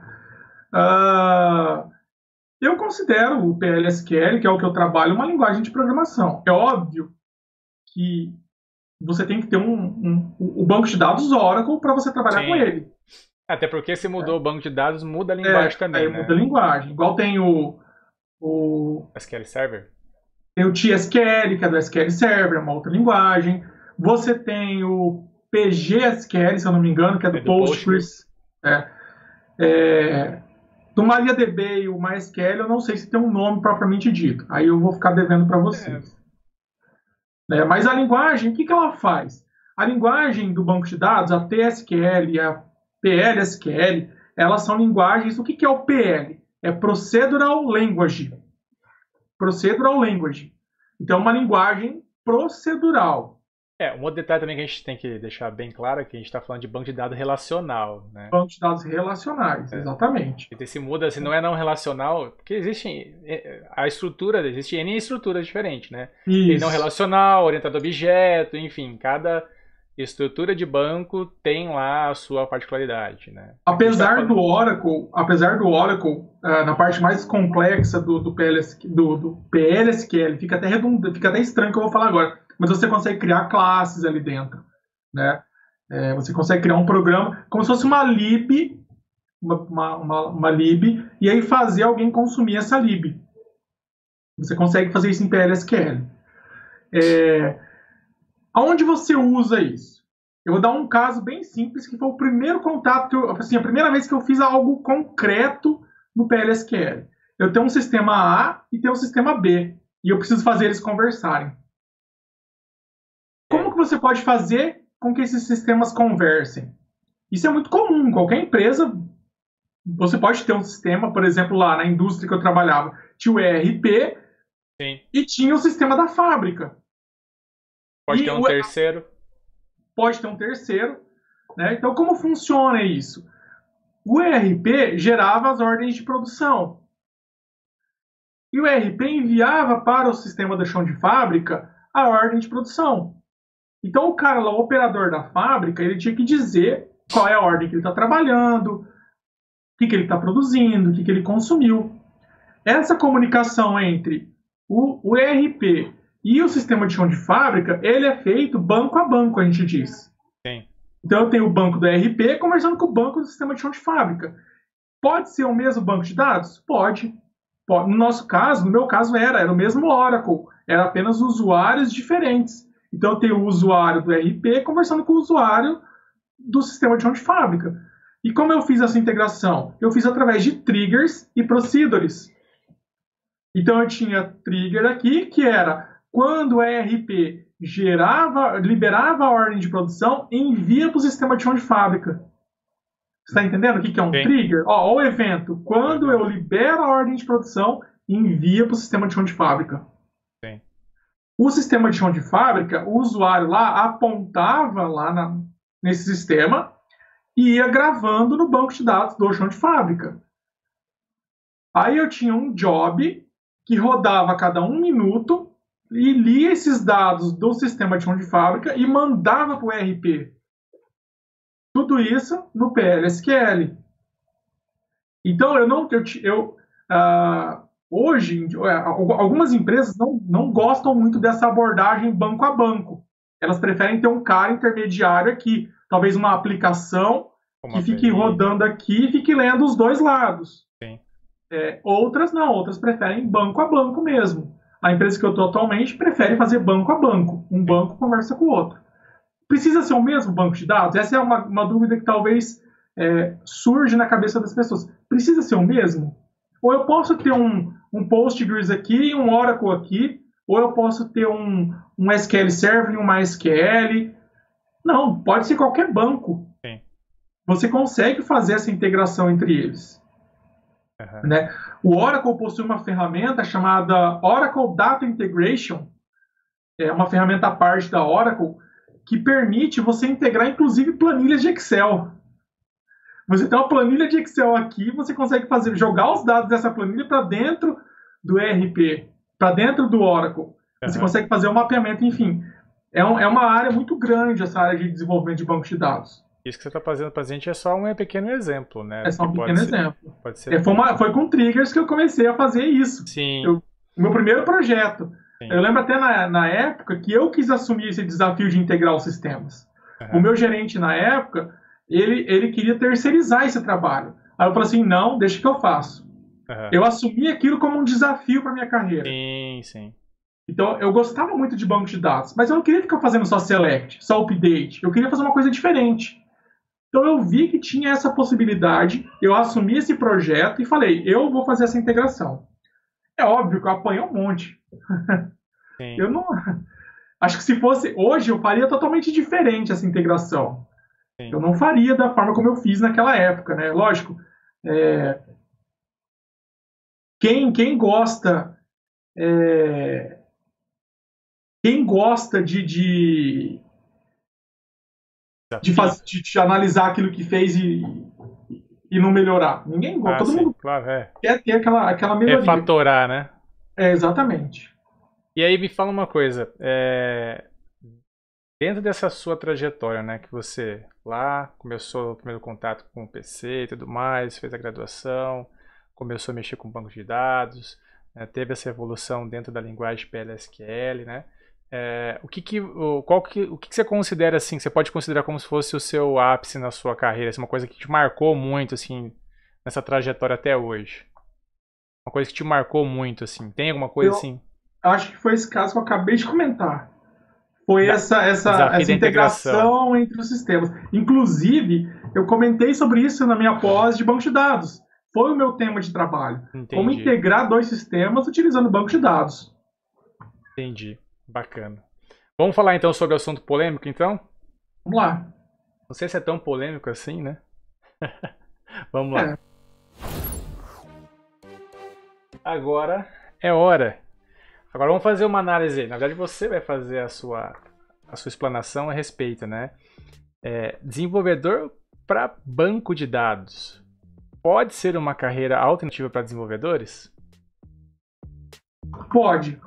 Eu considero o PLSQL, que é o que eu trabalho, uma linguagem de programação. É óbvio que você tem que ter o banco de dados Oracle para você trabalhar com ele. Até porque se mudou o banco de dados, muda a linguagem também, aí né? Muda a linguagem. Igual tem o SQL Server. Tem o TSQL, que é do SQL Server, é uma outra linguagem. Você tem o PGSQL, se eu não me engano, que é do Postgres. Do MariaDB e o MySQL, eu não sei se tem um nome propriamente dito. Aí eu vou ficar devendo para vocês. Mas a linguagem, o que ela faz? A linguagem do banco de dados, a TSQL e a PLSQL, elas são linguagens. O que é o PL? É Procedural Language. Procedural Language. Então, é uma linguagem procedural. Um outro detalhe também que a gente tem que deixar bem claro é que a gente está falando de banco de dados relacional, né? Banco de dados relacionais, exatamente. E se muda, se não é não relacional, porque existe a estrutura, existe N estruturas diferentes, né? Isso. Tem não relacional, orientado a objeto, enfim, cada estrutura de banco tem lá a sua particularidade, né? Apesar do Oracle, na parte mais complexa do PLSQL, fica até redundante, fica até estranho o que eu vou falar agora, mas você consegue criar classes ali dentro, né? Você consegue criar um programa como se fosse uma lib, uma lib, e aí fazer alguém consumir essa lib. Você consegue fazer isso em PLSQL. Aonde você usa isso? Eu vou dar um caso bem simples, que foi o primeiro contato, a primeira vez que eu fiz algo concreto no PLSQL. Eu tenho um sistema A e tenho um sistema B, e eu preciso fazer eles conversarem. Como que você pode fazer com que esses sistemas conversem? Isso é muito comum. Em qualquer empresa, você pode ter um sistema, por exemplo, lá na indústria que eu trabalhava, tinha o ERP. Sim. E tinha o sistema da fábrica. Pode ter um terceiro. Pode ter um terceiro. Né? Então, como funciona isso? O ERP gerava as ordens de produção. E o ERP enviava para o sistema do chão de fábrica a ordem de produção. Então, o cara lá, o operador da fábrica, ele tinha que dizer qual é a ordem que ele está trabalhando, o que ele está produzindo, o que ele consumiu. Essa comunicação entre o ERP e o sistema de chão de fábrica, ele é feito banco a banco, a gente diz. Sim. Então, eu tenho o banco do ERP conversando com o banco do sistema de chão de fábrica. Pode ser o mesmo banco de dados? Pode. No nosso caso, no meu caso, era o mesmo Oracle. Era apenas usuários diferentes. Então, eu tenho o usuário do ERP conversando com o usuário do sistema de chão de fábrica. E como eu fiz essa integração? Eu fiz através de triggers e procedures. Então, eu tinha trigger aqui, que era quando o ERP liberava a ordem de produção, envia para o sistema de chão de fábrica. Você está entendendo o que é um trigger? Ó, o evento. Quando eu libero a ordem de produção, envia para o sistema de chão de fábrica. Sim. O sistema de chão de fábrica, o usuário lá apontava lá nesse sistema e ia gravando no banco de dados do chão de fábrica. Aí eu tinha um job que rodava a cada 1 minuto e lia esses dados do sistema de chão de fábrica e mandava para o ERP. Tudo isso no PLSQL. Então, hoje, algumas empresas não gostam muito dessa abordagem banco a banco. Elas preferem ter um cara intermediário aqui. Talvez uma aplicação que fique rodando aqui e fique lendo os dois lados. Sim. Outras não, outras preferem banco a banco mesmo. A empresa que eu estou atualmente prefere fazer banco a banco. Um banco conversa com o outro. Precisa ser o mesmo banco de dados? Essa é uma dúvida que talvez surge na cabeça das pessoas. Precisa ser o mesmo? Ou eu posso ter um Postgres aqui, um Oracle aqui, ou eu posso ter um SQL Server e um MySQL. Não, pode ser qualquer banco. Sim. Você consegue fazer essa integração entre eles. Uhum. Né? O Oracle possui uma ferramenta chamada Oracle Data Integration. É uma ferramenta à parte da Oracle que permite você integrar, inclusive, planilhas de Excel. Você tem uma planilha de Excel aqui, você consegue jogar os dados dessa planilha para dentro do ERP, para dentro do Oracle. Você consegue fazer um mapeamento, enfim. É uma área muito grande, essa área de desenvolvimento de banco de dados. Isso que você está fazendo para a gente é só um pequeno exemplo, né? É só um pequeno exemplo. Pode ser. Foi com triggers que eu comecei a fazer isso. Sim. O meu primeiro projeto. Sim. Eu lembro até na época que eu quis assumir esse desafio de integrar os sistemas. O meu gerente na época, ele queria terceirizar esse trabalho. Aí eu falei assim, não, deixa que eu faço. Eu assumi aquilo como um desafio para minha carreira. Sim, sim. Então, eu gostava muito de banco de dados, mas eu não queria ficar fazendo só select, só update. Eu queria fazer uma coisa diferente. Então, eu vi que tinha essa possibilidade, eu assumi esse projeto e falei, eu vou fazer essa integração. É óbvio que eu apanhei um monte. Sim. Acho que se fosse hoje, eu faria totalmente diferente essa integração. Sim. Eu não faria da forma como eu fiz naquela época, né? Lógico, é, quem gosta quem gosta de analisar aquilo que fez e não melhorar? Ninguém gosta. Todo sim, mundo claro, quer ter aquela melhoria. Refatorar, né? Exatamente. E aí me fala uma coisa, dentro dessa sua trajetória, né, que você lá começou o primeiro contato com o PC e tudo mais, fez a graduação, começou a mexer com banco de dados, né, teve essa evolução dentro da linguagem PLSQL, né? O que você considera assim, que você pode considerar como se fosse o seu ápice na sua carreira, assim, uma coisa que te marcou muito assim nessa trajetória até hoje? Uma coisa que te marcou muito assim. Tem alguma coisa assim? Acho que foi esse caso que eu acabei de comentar. Foi essa Desafio da integração entre os sistemas. Inclusive, eu comentei sobre isso na minha pós de banco de dados. Foi o meu tema de trabalho. Entendi. Como integrar dois sistemas utilizando banco de dados. Entendi. Bacana. Vamos falar então sobre o assunto polêmico, então? Vamos lá. Não sei se é tão polêmico assim, né? Vamos lá. Agora é hora. Agora vamos fazer uma análise. Na verdade, você vai fazer a sua explanação a respeito, né? Desenvolvedor para banco de dados. Pode ser uma carreira alternativa para desenvolvedores? Pode.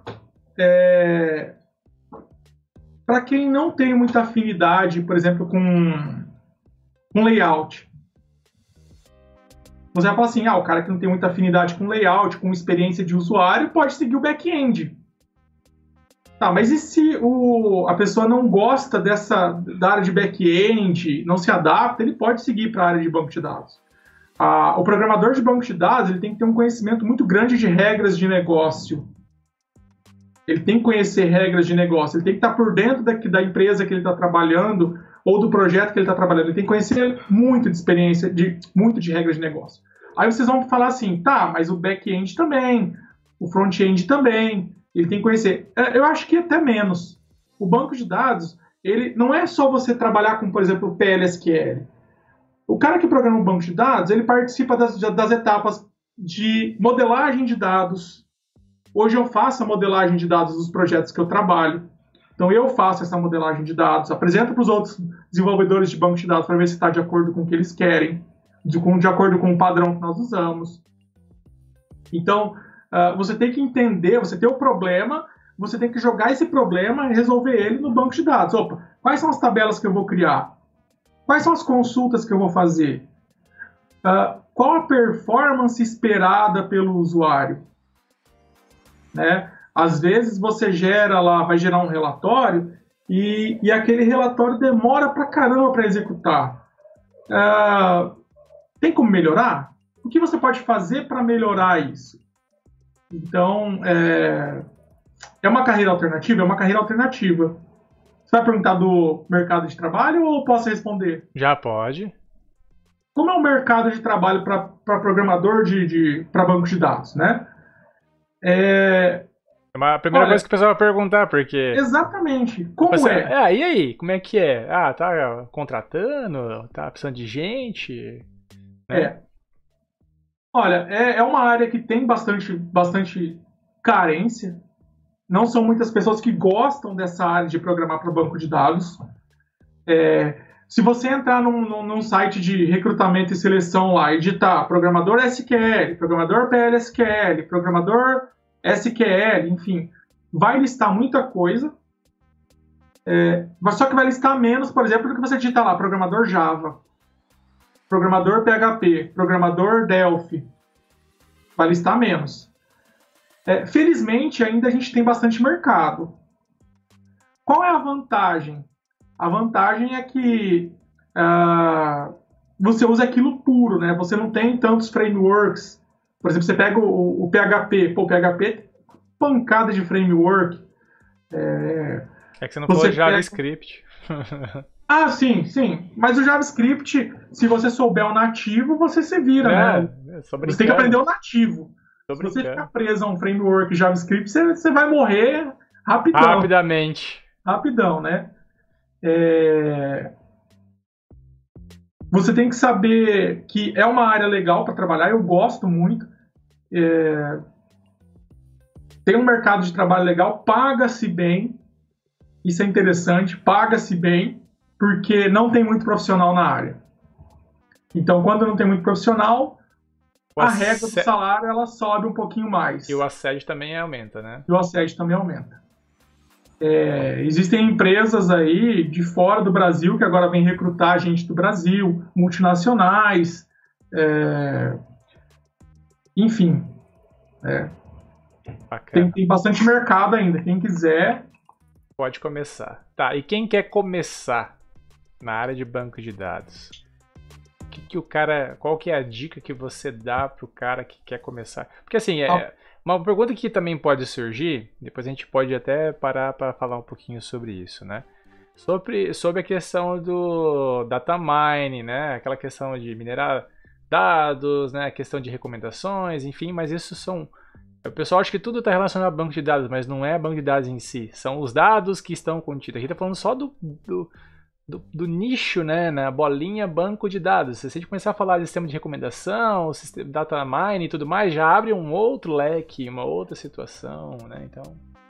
Para quem não tem muita afinidade, por exemplo, com layout. Você vai falar assim, o cara que não tem muita afinidade com layout, com experiência de usuário, pode seguir o back-end. Tá, mas e se a pessoa não gosta da área de back-end, não se adapta, ele pode seguir para a área de banco de dados. O programador de banco de dados ele tem que ter um conhecimento muito grande de regras de negócio. Ele tem que conhecer regras de negócio, ele tem que estar por dentro da empresa que ele está trabalhando ou do projeto que ele está trabalhando. Ele tem que conhecer muito de experiência, muito de regras de negócio. Aí vocês vão falar assim, tá, mas o back-end também, o front-end também, ele tem que conhecer. Eu acho que até menos. O banco de dados, ele não é só você trabalhar com, por exemplo, o PLSQL. O cara que programa o banco de dados, ele participa das etapas de modelagem de dados. Hoje eu faço a modelagem de dados dos projetos que eu trabalho. Então eu faço essa modelagem de dados, apresento para os outros desenvolvedores de banco de dados para ver se está de acordo com o que eles querem, de acordo com o padrão que nós usamos. Então, você tem que entender, você tem o problema, você tem que jogar esse problema e resolver ele no banco de dados. Opa, quais são as tabelas que eu vou criar? Quais são as consultas que eu vou fazer? Qual a performance esperada pelo usuário? Né? Às vezes você vai gerar um relatório e aquele relatório demora pra caramba para executar. Tem como melhorar? O que você pode fazer para melhorar isso? Então, é uma carreira alternativa? É uma carreira alternativa. Você vai perguntar do mercado de trabalho ou posso responder? Já pode. Como é o mercado de trabalho para programador para banco de dados, né? A primeira coisa que o pessoal vai perguntar, porque... Exatamente. Como é? E aí? Como é que é? Tá contratando? Tá precisando de gente? Né? Olha, é uma área que tem bastante carência. Não são muitas pessoas que gostam dessa área de programar para banco de dados. Se você entrar num site de recrutamento e seleção lá e digitar programador SQL, programador PLSQL, programador SQL, enfim, vai listar muita coisa. Só que vai listar menos, por exemplo, do que você digitar lá, programador Java, programador PHP, programador Delphi. Vai listar menos. Felizmente, ainda a gente tem bastante mercado. Qual é a vantagem? A vantagem é que você usa aquilo puro, né? Você não tem tantos frameworks. Por exemplo, você pega o PHP. Pô, o PHP, pancada de framework. É que você não falou JavaScript. Sim. Mas o JavaScript, se você souber o nativo, você se vira, né? Você tem que aprender o nativo. Se você ficar preso a um framework JavaScript, você vai morrer rapidamente. rapidão, né? Você tem que saber que é uma área legal para trabalhar, eu gosto muito. Tem um mercado de trabalho legal, paga-se bem, isso é interessante, paga-se bem, porque não tem muito profissional na área. Então, quando não tem muito profissional, a régua do salário ela sobe um pouquinho mais. E o assédio também aumenta, né? E o assédio também aumenta. Existem empresas aí de fora do Brasil que agora vêm recrutar gente do Brasil, multinacionais, enfim. Tem bastante mercado ainda. Quem quiser... Pode começar. Tá, e quem quer começar na área de banco de dados? Qual que é a dica que você dá pro cara que quer começar? Porque assim, uma pergunta que também pode surgir, depois a gente pode até parar para falar um pouquinho sobre isso, né? Sobre a questão do data mining, né? Aquela questão de minerar dados, né? A questão de recomendações, enfim, mas isso são... O pessoal acha que tudo está relacionado a banco de dados, mas não é banco de dados em si. São os dados que estão contidos. Aqui está falando só do nicho, né, na bolinha banco de dados. Se a gente começar a falar de sistema de recomendação, sistema data mining e tudo mais, já abre um outro leque, uma outra situação, né? Então,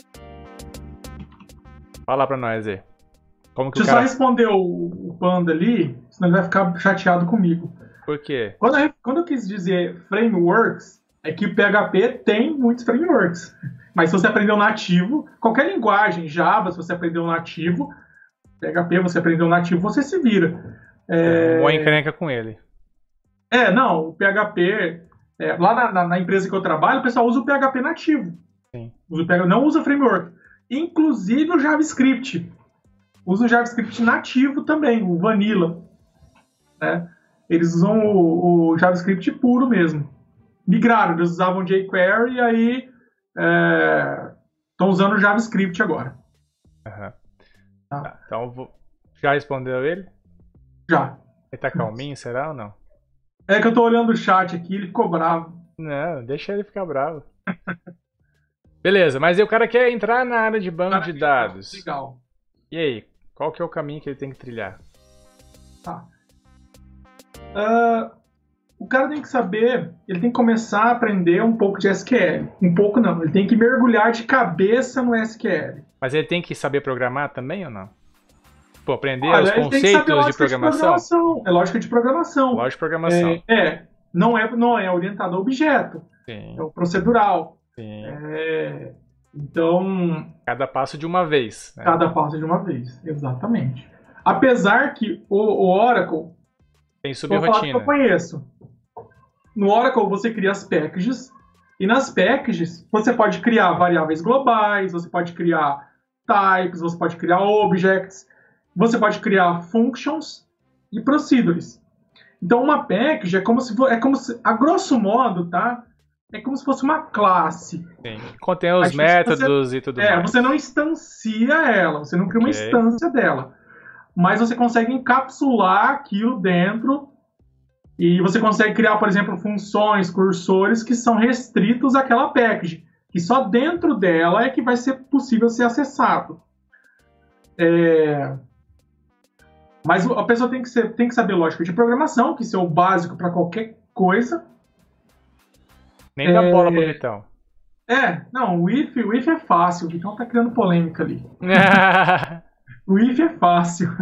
fala pra nós aí. Deixa eu só responder o Panda ali, senão ele vai ficar chateado comigo. Por quê? Quando eu quis dizer frameworks, é que o PHP tem muitos frameworks. Mas se você aprendeu nativo, qualquer linguagem, Java, se você aprendeu nativo, PHP, você aprendeu nativo, você se vira. Ou encrenca com ele. Não, o PHP... lá na empresa que eu trabalho, o pessoal usa o PHP nativo. Sim. Não usa framework. Inclusive o JavaScript. Usa o JavaScript nativo também, o Vanilla. Né? Eles usam o JavaScript puro mesmo. Migraram, eles usavam jQuery e aí estão usando o JavaScript agora. Aham. Tá, então, já respondeu ele? Já. Ele tá calminho, será ou não? É que eu tô olhando o chat aqui, ele ficou bravo. Não, deixa ele ficar bravo. Beleza, mas o cara quer entrar na área de banco de dados. Legal. E aí, qual que é o caminho que ele tem que trilhar? Tá. O cara tem que saber, ele tem que começar a aprender um pouco de SQL. Um pouco não, ele tem que mergulhar de cabeça no SQL. Mas ele tem que saber programar também ou não? Pô, aprender os conceitos de programação? É lógica de programação. Lógica de programação. Não é orientado a objeto. Sim. É o procedural. Sim. Então... Cada passo de uma vez. Né? Cada passo de uma vez, exatamente. Apesar que o Oracle... Tem subrotina. Que eu conheço. No Oracle você cria as packages, e nas packages você pode criar variáveis globais, você pode criar types, você pode criar objects, você pode criar functions e procedures. Então uma package é como se a grosso modo, tá? É como se fosse uma classe. Sim. Contém os métodos e tudo mais. Você não instancia ela, você não cria uma instância dela. Mas você consegue encapsular aquilo dentro e você consegue criar, por exemplo, funções, cursores que são restritos àquela package, que só dentro dela é que vai ser possível ser acessado. Mas a pessoa tem que saber lógica de programação, que isso é o básico para qualquer coisa. Nem dá bola pro Vitão. Não, o if é fácil, o Vitão tá criando polêmica ali. O if é fácil.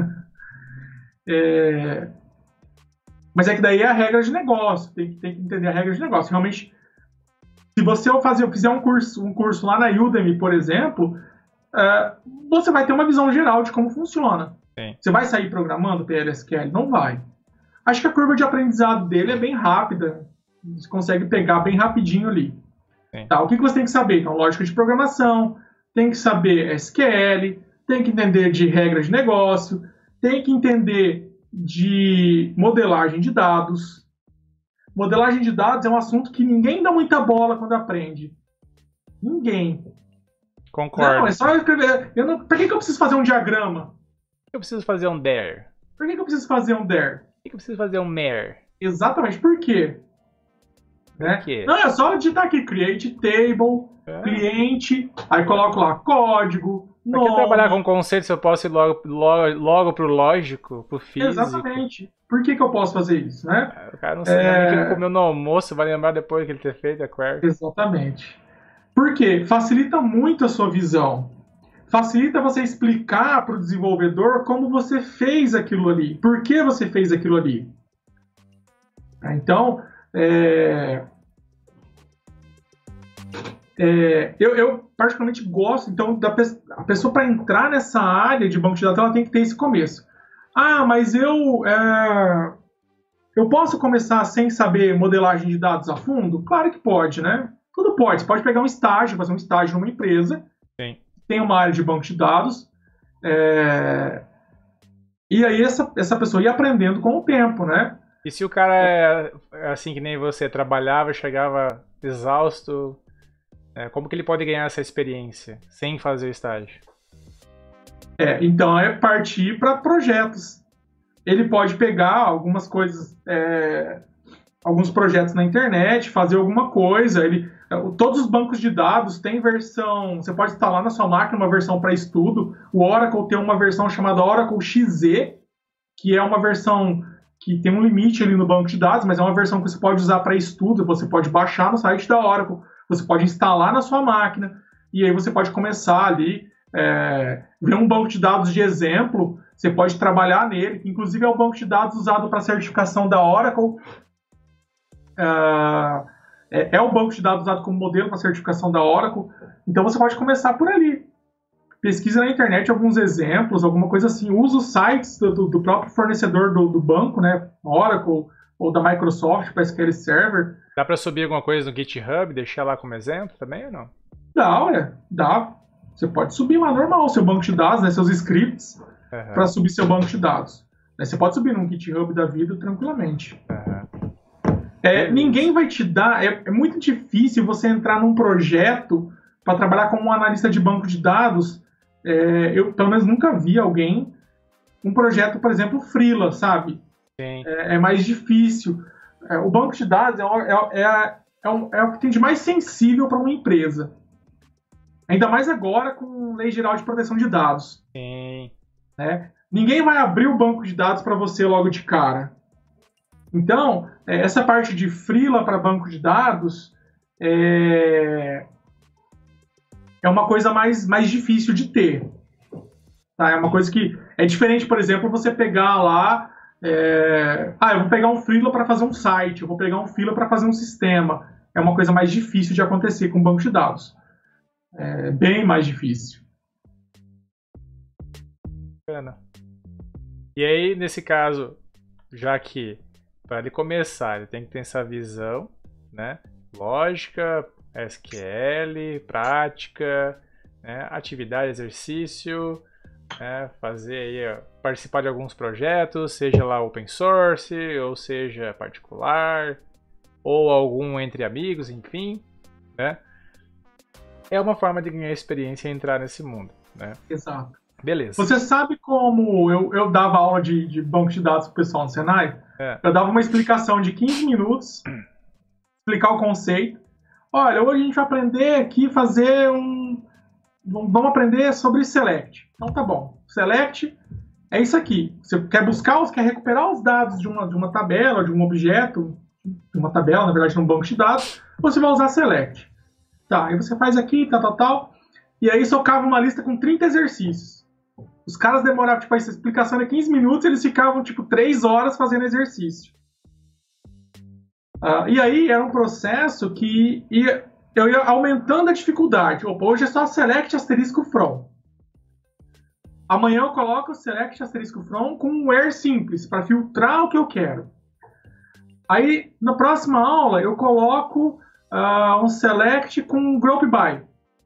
Mas é que daí é a regra de negócio. Tem que entender a regra de negócio. Realmente, se você fizer um curso lá na Udemy, por exemplo, você vai ter uma visão geral de como funciona. Sim. Você vai sair programando PLSQL? Não vai. Acho que a curva de aprendizado dele é bem rápida. Você consegue pegar bem rapidinho ali. Tá, o que você tem que saber? Então, lógica de programação, tem que saber SQL, tem que entender de regras de negócio, tem que entender de modelagem de dados. Modelagem de dados é um assunto que ninguém dá muita bola quando aprende. Ninguém. Concordo. Não, é só escrever. Por que eu preciso fazer um diagrama? Por que eu preciso fazer um there? Por que eu preciso fazer um there? Por que eu preciso fazer um mere? Exatamente. Por quê? Por quê? Não, é só digitar aqui, create table, cliente, aí coloco lá código, Pra que trabalhar Nossa, com conceito se eu posso ir logo pro lógico, pro físico? exatamente. Por que que eu posso fazer isso, né? O cara não sabe nem o que ele É, comeu no almoço, vai lembrar depois que ele ter feito a query. exatamente. Por quê? Facilita muito a sua visão. Facilita você explicar para o desenvolvedor como você fez aquilo ali, por que você fez aquilo ali. Então, eu particularmente gosto, então, a pessoa para entrar nessa área de banco de dados, ela tem que ter esse começo. Ah, mas eu posso começar sem saber modelagem de dados a fundo? Claro que pode, né? Tudo pode. Você pode pegar um estágio, fazer um estágio numa empresa, Sim. tem uma área de banco de dados, e aí essa pessoa ia aprendendo com o tempo, né? E se o cara é assim que nem você, trabalhava, chegava exausto, como que ele pode ganhar essa experiência sem fazer o estágio? Então é partir para projetos. Ele pode pegar algumas coisas, alguns projetos na internet, fazer alguma coisa. Todos os bancos de dados têm versão. Você pode instalar na sua máquina uma versão para estudo. O Oracle tem uma versão chamada Oracle XZ, que é uma versão que tem um limite ali no banco de dados, mas é uma versão que você pode usar para estudo. Você pode baixar no site da Oracle, você pode instalar na sua máquina, e aí você pode começar ali, ver um banco de dados de exemplo. Você pode trabalhar nele, que inclusive é o banco de dados usado para certificação da Oracle. É o banco de dados usado como modelo para certificação da Oracle. Então você pode começar por ali. Pesquisa na internet alguns exemplos, alguma coisa assim. Usa os sites do próprio fornecedor do banco, né? Oracle ou da Microsoft para SQL Server. Dá para subir alguma coisa no GitHub, deixar lá como exemplo também ou não? Dá. Você pode subir lá normal o seu banco de dados, né? Seus scripts, para subir seu banco de dados. Você pode subir num GitHub da vida tranquilamente. Ninguém vai te dar. É muito difícil você entrar num projeto para trabalhar como um analista de banco de dados. Eu, pelo menos, nunca vi alguém. Um projeto, por exemplo, freela, sabe? Sim. É mais difícil. O banco de dados é o que tem de mais sensível para uma empresa. Ainda mais agora com Lei Geral de Proteção de Dados. Sim. Né? Ninguém vai abrir o banco de dados para você logo de cara. Então, essa parte de freela para banco de dados é uma coisa mais difícil de ter. Tá? É uma coisa que é diferente, por exemplo, você pegar lá... eu vou pegar um freela para fazer um site, eu vou pegar um freela para fazer um sistema. É uma coisa mais difícil de acontecer com banco de dados. É bem mais difícil. E aí, nesse caso, já que para ele começar, ele tem que ter essa visão, né? Lógica, SQL, prática, né? Atividade, exercício, né? Fazer aí, participar de alguns projetos, seja lá open source, ou seja particular, ou algum entre amigos, enfim, né? É uma forma de ganhar experiência e entrar nesse mundo, né? Exato. Beleza. Você sabe como eu dava aula de banco de dados pro pessoal no Senai? Eu dava uma explicação de 15 minutos, explicar o conceito. Olha, hoje a gente vai aprender aqui vamos aprender sobre Select. Então tá bom. Select é isso aqui. Você quer quer recuperar os dados de uma tabela, de um objeto, de uma tabela, na verdade, num banco de dados, você vai usar Select. Tá, aí você faz aqui, tal. E aí socava uma lista com 30 exercícios. Os caras demoravam, tipo, essa explicação era 15 minutos, eles ficavam, 3 horas fazendo exercício. E aí era um processo que eu ia aumentando a dificuldade. Opa, hoje é só select asterisco from. Amanhã eu coloco o select asterisco from com um where simples, para filtrar o que eu quero. Aí, na próxima aula, eu coloco um select com group by.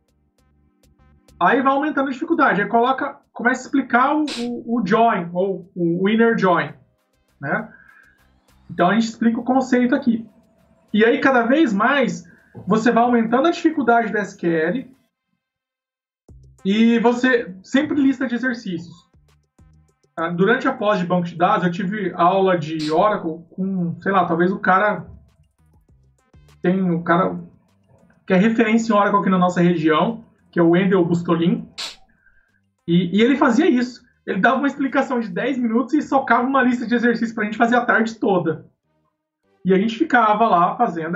Aí vai aumentando a dificuldade. Aí começa a explicar o join, ou o inner join. Né? Então a gente explica o conceito aqui. E aí, cada vez mais, você vai aumentando a dificuldade da SQL e você sempre lista de exercícios. Durante a pós de banco de dados, eu tive aula de Oracle com, sei lá, talvez o cara que é referência em Oracle aqui na nossa região, que é o Wendel Bustolin. E ele fazia isso. Ele dava uma explicação de 10 minutos e socava uma lista de exercícios pra gente fazer a tarde toda. E a gente ficava lá fazendo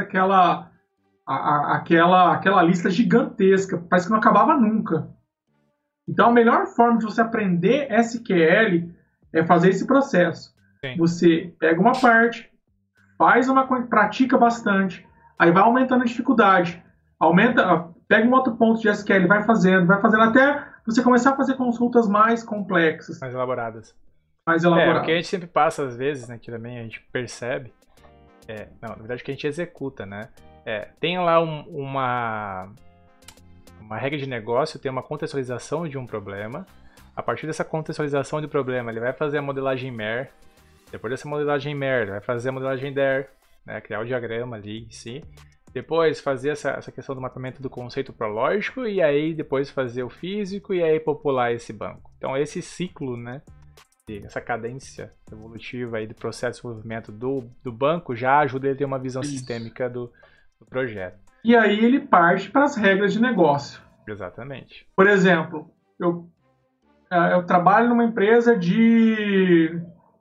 aquela lista gigantesca, parece que não acabava nunca. Então a melhor forma de você aprender SQL é fazer esse processo. Sim. Você pega uma parte, pratica bastante, aí vai aumentando a dificuldade, pega um outro ponto de SQL, vai fazendo até você começar a fazer consultas mais complexas, Mais elaboradas. mais elaboradas. O que a gente sempre passa às vezes, né, que também a gente percebe, não, na verdade que a gente executa, né? Tem lá uma regra de negócio, tem uma contextualização de um problema. A partir dessa contextualização do problema, ele vai fazer a modelagem MER. Depois dessa modelagem MER, ele vai fazer a modelagem DER, né, criar o diagrama ali em si. Depois fazer essa questão do mapeamento do conceito para lógico, e aí depois fazer o físico, e aí popular esse banco. Então esse ciclo, né, essa cadência evolutiva aí do processo de desenvolvimento do banco já ajuda ele a ter uma visão sistêmica do projeto. E aí ele parte para as regras de negócio. Exatamente. Por exemplo, eu trabalho numa empresa de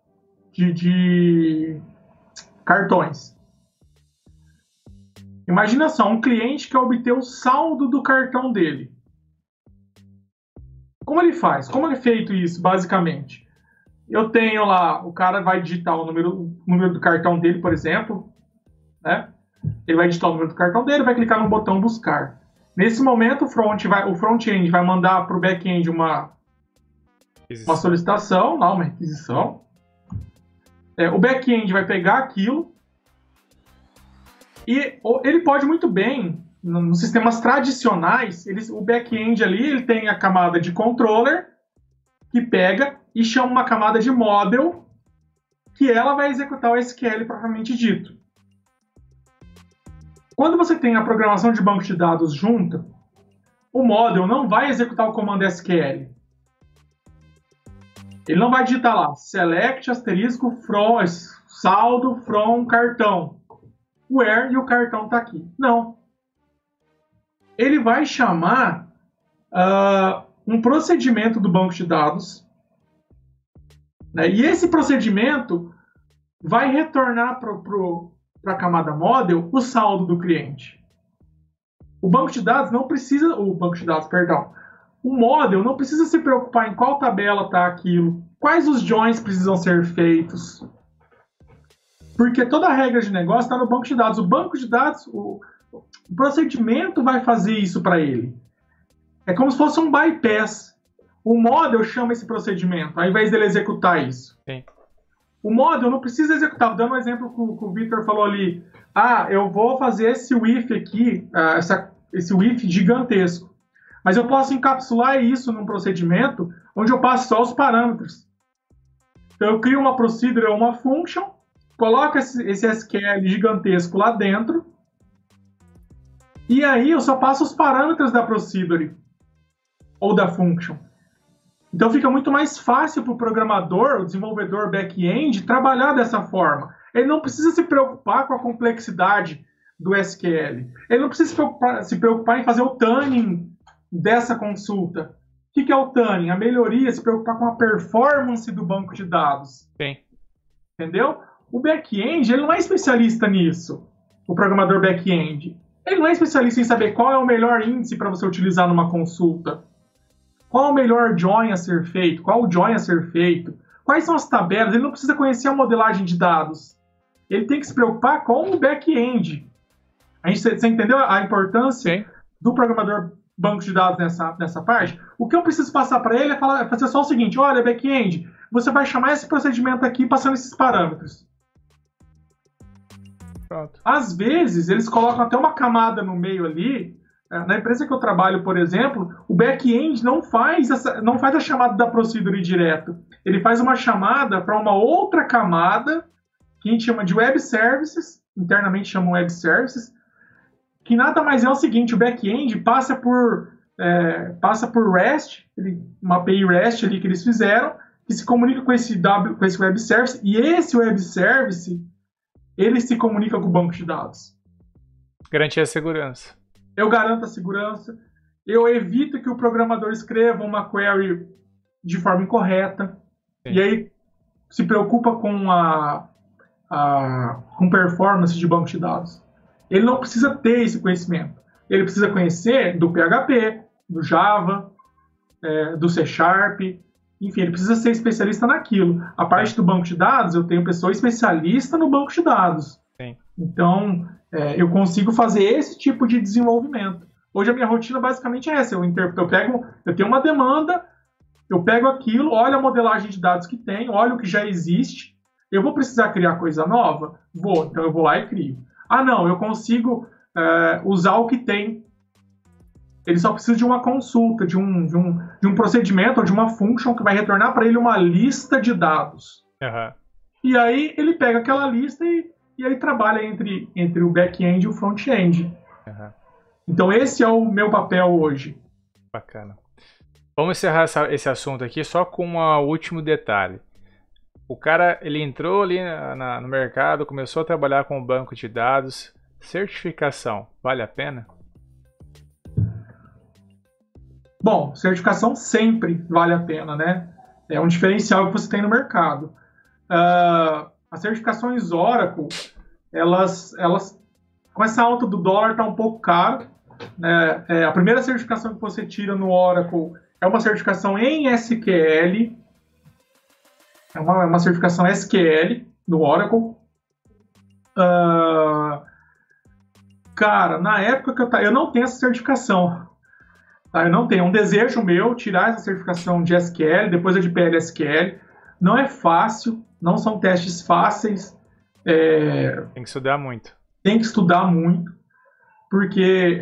cartões. Imagina só, um cliente quer obter o saldo do cartão dele. Como ele faz? Como é feito isso, basicamente? Eu tenho lá, o cara vai digitar o número do cartão dele, por exemplo, né? Ele vai digitar o número do cartão dele, vai clicar no botão buscar. Nesse momento, o front-end vai mandar para o back-end uma solicitação, não, uma requisição. O back-end vai pegar aquilo e ele pode muito bem, nos sistemas tradicionais, o back-end ali ele tem a camada de controller que pega e chama uma camada de model que ela vai executar o SQL propriamente dito. Quando você tem a programação de banco de dados junta, o model não vai executar o comando SQL. Ele não vai digitar lá select asterisco from saldo from cartão where e o cartão está aqui. Não. Ele vai chamar um procedimento do banco de dados, né? E esse procedimento vai retornar para a camada model o saldo do cliente. O model não precisa se preocupar em qual tabela está aquilo, quais os joins precisam ser feitos, porque toda a regra de negócio está no banco de dados. O banco de dados, o procedimento vai fazer isso para ele. É como se fosse um bypass. O model chama esse procedimento, ao invés dele executar isso. Sim. O model não precisa executar. Dando um exemplo que o Victor falou ali. Eu vou fazer esse if aqui, esse if gigantesco. Mas eu posso encapsular isso num procedimento onde eu passo só os parâmetros. Então eu crio uma procedure ou uma function, coloco esse SQL gigantesco lá dentro, e aí eu só passo os parâmetros da procedure ou da function. Então fica muito mais fácil para o programador, o desenvolvedor back-end, trabalhar dessa forma. Ele não precisa se preocupar com a complexidade do SQL. Ele não precisa se preocupar em fazer o tuning dessa consulta. O que é o tuning? A melhoria, se preocupar com a performance do banco de dados. Sim. Entendeu? O back-end, ele não é especialista nisso. O programador back-end. Ele não é especialista em saber qual é o melhor índice para você utilizar numa consulta. Qual é o melhor join a ser feito? Qual o join a ser feito? Quais são as tabelas? Ele não precisa conhecer a modelagem de dados. Ele tem que se preocupar com o back-end. Você entendeu a importância Sim. do programador banco de dados nessa parte? O que eu preciso passar para ele é fazer só o seguinte: olha, back-end, você vai chamar esse procedimento aqui passando esses parâmetros. Pronto. Às vezes, eles colocam até uma camada no meio ali. Na empresa que eu trabalho, por exemplo, o back-end não faz a chamada da procedure direto. Ele faz uma chamada para uma outra camada, que a gente chama de web services, internamente chamam web services, que nada mais é o seguinte: o back-end passa por REST, uma API REST ali que eles fizeram, que se comunica com esse web service, e esse web service ele se comunica com o banco de dados. Garantir a segurança. Eu garanto a segurança, eu evito que o programador escreva uma query de forma incorreta. Sim. E aí se preocupa com performance de banco de dados. Ele não precisa ter esse conhecimento. Ele precisa conhecer do PHP, do Java, do C Sharp, enfim, ele precisa ser especialista naquilo. A parte do banco de dados, eu tenho pessoa especialista no banco de dados. Sim. Então, eu consigo fazer esse tipo de desenvolvimento. Hoje a minha rotina basicamente é essa. Eu tenho uma demanda, eu pego aquilo, olho a modelagem de dados que tem, olho o que já existe. Eu vou precisar criar coisa nova? Vou, então eu vou lá e crio. Ah, não, eu consigo usar o que tem. Ele só precisa de uma consulta, de um procedimento ou de uma function que vai retornar para ele uma lista de dados. Uhum. E aí ele pega aquela lista e aí trabalha entre o back-end e o front-end. Uhum. Então esse é o meu papel hoje. Bacana. Vamos encerrar esse assunto aqui só com um último detalhe. O cara, ele entrou ali no mercado, começou a trabalhar com o banco de dados. Certificação, vale a pena? Bom, certificação sempre vale a pena, né? É um diferencial que você tem no mercado. As certificações Oracle, elas com essa alta do dólar, está um pouco caro. A primeira certificação que você tira no Oracle é uma certificação em SQL. É uma certificação SQL no Oracle. Cara, na época que eu não tenho essa certificação. Tá? Eu não tenho. É um desejo meu tirar essa certificação de SQL, depois a de PLSQL. Não é fácil, não são testes fáceis. Tem que estudar muito. Tem que estudar muito, porque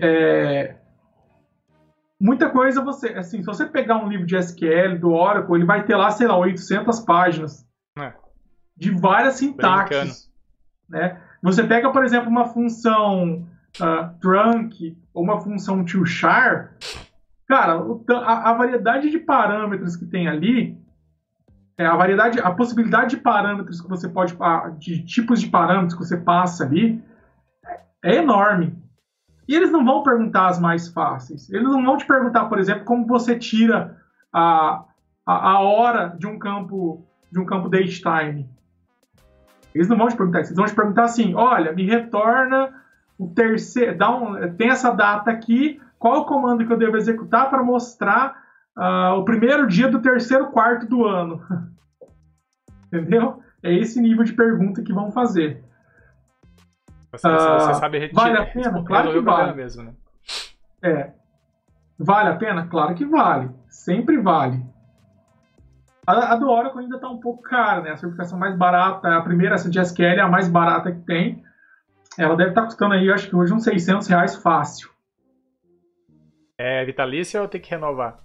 muita coisa se você pegar um livro de SQL do Oracle, ele vai ter lá, sei lá, 800 páginas de várias sintaxes. Né? Você pega, por exemplo, uma função trunc ou uma função tochar, cara, a variedade de parâmetros que tem ali, a possibilidade de parâmetros que você pode, de tipos de parâmetros que você passa ali, é enorme. E eles não vão perguntar as mais fáceis. Eles não vão te perguntar, por exemplo, como você tira a hora de um campo datetime. Eles não vão te perguntar isso. Eles vão te perguntar assim, olha, me retorna o terceiro, tem essa data aqui, qual o comando que eu devo executar para mostrar o primeiro dia do terceiro quarto do ano? Entendeu? É esse nível de pergunta que vão fazer. Você sabe vale a pena? Claro que vale. Mesmo, né? Vale a pena? Claro que vale. Sempre vale. A do Oracle ainda está um pouco cara, né? A certificação mais barata, a primeira, essa de SQL, é a mais barata que tem. Ela deve estar custando aí, acho que hoje, uns R$600 fácil. É vitalícia ou tem que renovar?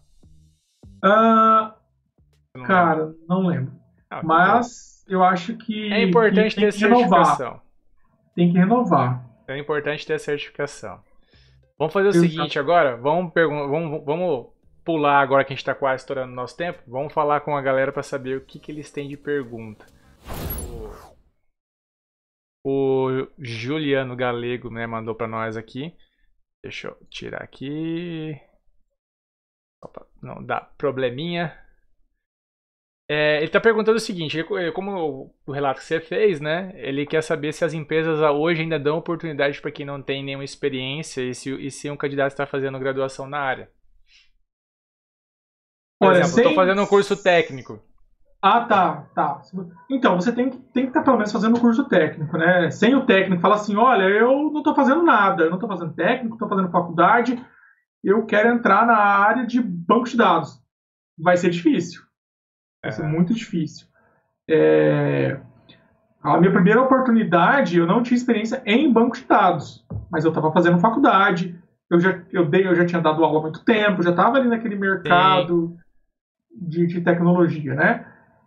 Cara, não lembro. Mas eu acho que é importante ter certificação. Tem que renovar. É importante ter a certificação. Vamos fazer o seguinte agora. Vamos pular agora que a gente está quase estourando o nosso tempo. Vamos falar com a galera para saber o que eles têm de pergunta. O Juliano Galego, né, mandou para nós aqui. Deixa eu tirar aqui. Opa, não dá probleminha. Ele está perguntando o seguinte, como o relato que você fez, né? Ele quer saber se as empresas hoje ainda dão oportunidade para quem não tem nenhuma experiência e se um candidato está fazendo graduação na área. Por exemplo, estou fazendo um curso técnico. Tá. Então, você tem que estar pelo menos fazendo um curso técnico, né? Sem o técnico falar assim, olha, eu não estou fazendo nada, eu não estou fazendo técnico, estou fazendo faculdade, eu quero entrar na área de banco de dados. Vai ser difícil. Vai ser muito difícil. A minha primeira oportunidade, eu não tinha experiência em banco de dados, mas eu estava fazendo faculdade, eu já tinha dado aula há muito tempo, já estava ali naquele mercado de tecnologia, né?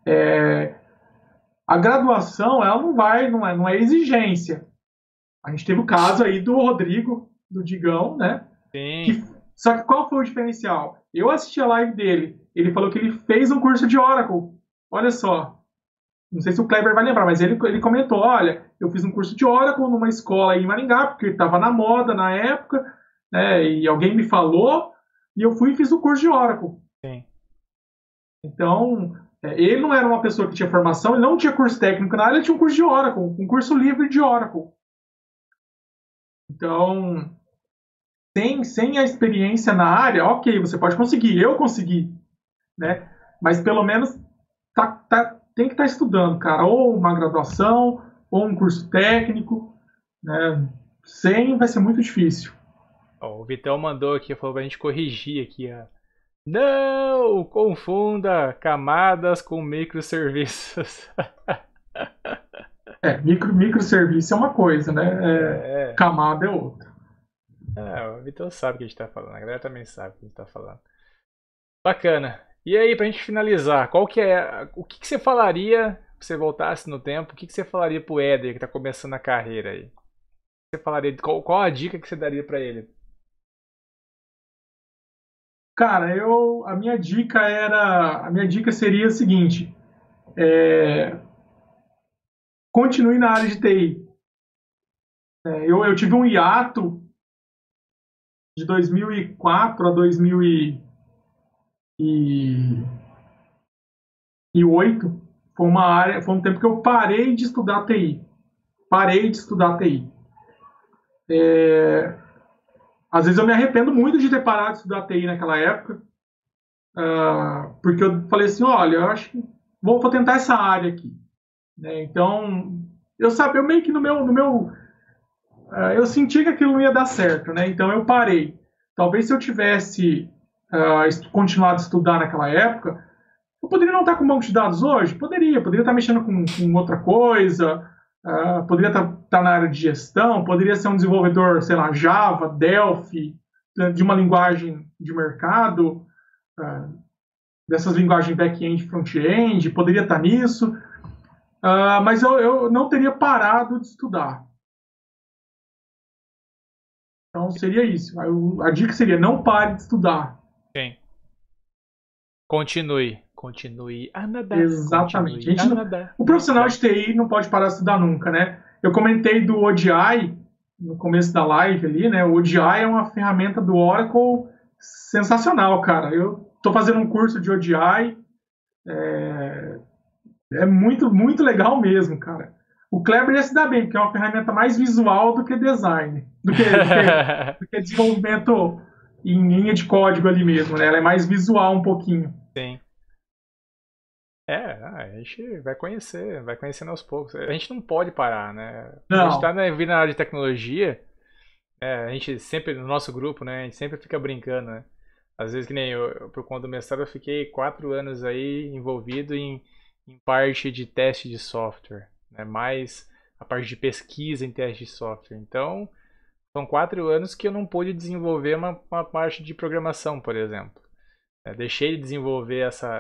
A graduação, ela não é exigência. A gente teve o caso aí do Rodrigo, do Digão, né? Sim. Só que qual foi o diferencial? Eu assisti a live dele, ele falou que ele fez um curso de Oracle. Olha só. Não sei se o Kleber vai lembrar, mas ele comentou, olha, eu fiz um curso de Oracle numa escola aí em Maringá, porque estava na moda na época, né, e alguém me falou, e eu fui e fiz o curso de Oracle. Sim. Então, ele não era uma pessoa que tinha formação, ele não tinha curso técnico na área, ele tinha um curso de Oracle, um curso livre de Oracle. Então, sem a experiência na área, ok, você pode conseguir, eu consegui, né? Mas pelo menos tem que estar estudando, cara, ou uma graduação, ou um curso técnico, né? Sem vai ser muito difícil. Ó, o Vitão mandou aqui, falou pra gente corrigir aqui, ó. Não confunda camadas com microserviços. Microserviço é uma coisa, né? É, Camada é outra. o Vitão sabe o que a gente tá falando, a galera também sabe o que a gente tá falando. Bacana. E aí, pra gente finalizar, qual que é, o que que você falaria, se você voltasse no tempo, o que que você falaria pro Éder que tá começando a carreira aí? Você falaria, qual a dica que você daria pra ele? Cara, a minha dica seria a seguinte: é, continue na área de TI. Eu tive um hiato de 2004 a 2008. Foi um tempo que eu parei de estudar TI. Parei de estudar TI. Às vezes eu me arrependo muito de ter parado de estudar TI naquela época, porque eu falei assim, olha, eu acho que vou tentar essa área aqui. Né? Então, eu meio que eu senti que aquilo não ia dar certo, né? Então eu parei. Talvez se eu tivesse continuado a estudar naquela época, eu poderia não estar com banco de dados hoje? Poderia estar mexendo com outra coisa, poderia estar na área de gestão, poderia ser um desenvolvedor, sei lá, Java, Delphi, de uma linguagem de mercado, dessas linguagens back-end, front-end, poderia estar nisso, mas eu não teria parado de estudar. Então seria isso. A dica seria não pare de estudar. Sim. Continue a nadar. Exatamente. Continue a nadar. O profissional de TI não pode parar de estudar nunca, né? Eu comentei do ODI no começo da live ali, né? O ODI é uma ferramenta do Oracle sensacional, cara. Eu estou fazendo um curso de ODI, é muito, muito legal mesmo, cara. O Kleber ia se dar bem, porque é uma ferramenta mais visual do que design, do que desenvolvimento em linha de código ali mesmo, né? Ela é mais visual um pouquinho. Sim. A gente vai conhecendo aos poucos. A gente não pode parar, né? A gente tá Não, vindo na área de tecnologia, a gente sempre, no nosso grupo, né? A gente sempre fica brincando, né? Às vezes, que nem por conta do mestrado, eu fiquei 4 anos aí envolvido em parte de teste de software, né? Mais a parte de pesquisa em teste de software. Então, são 4 anos que eu não pude desenvolver uma parte de programação, por exemplo. Deixei de desenvolver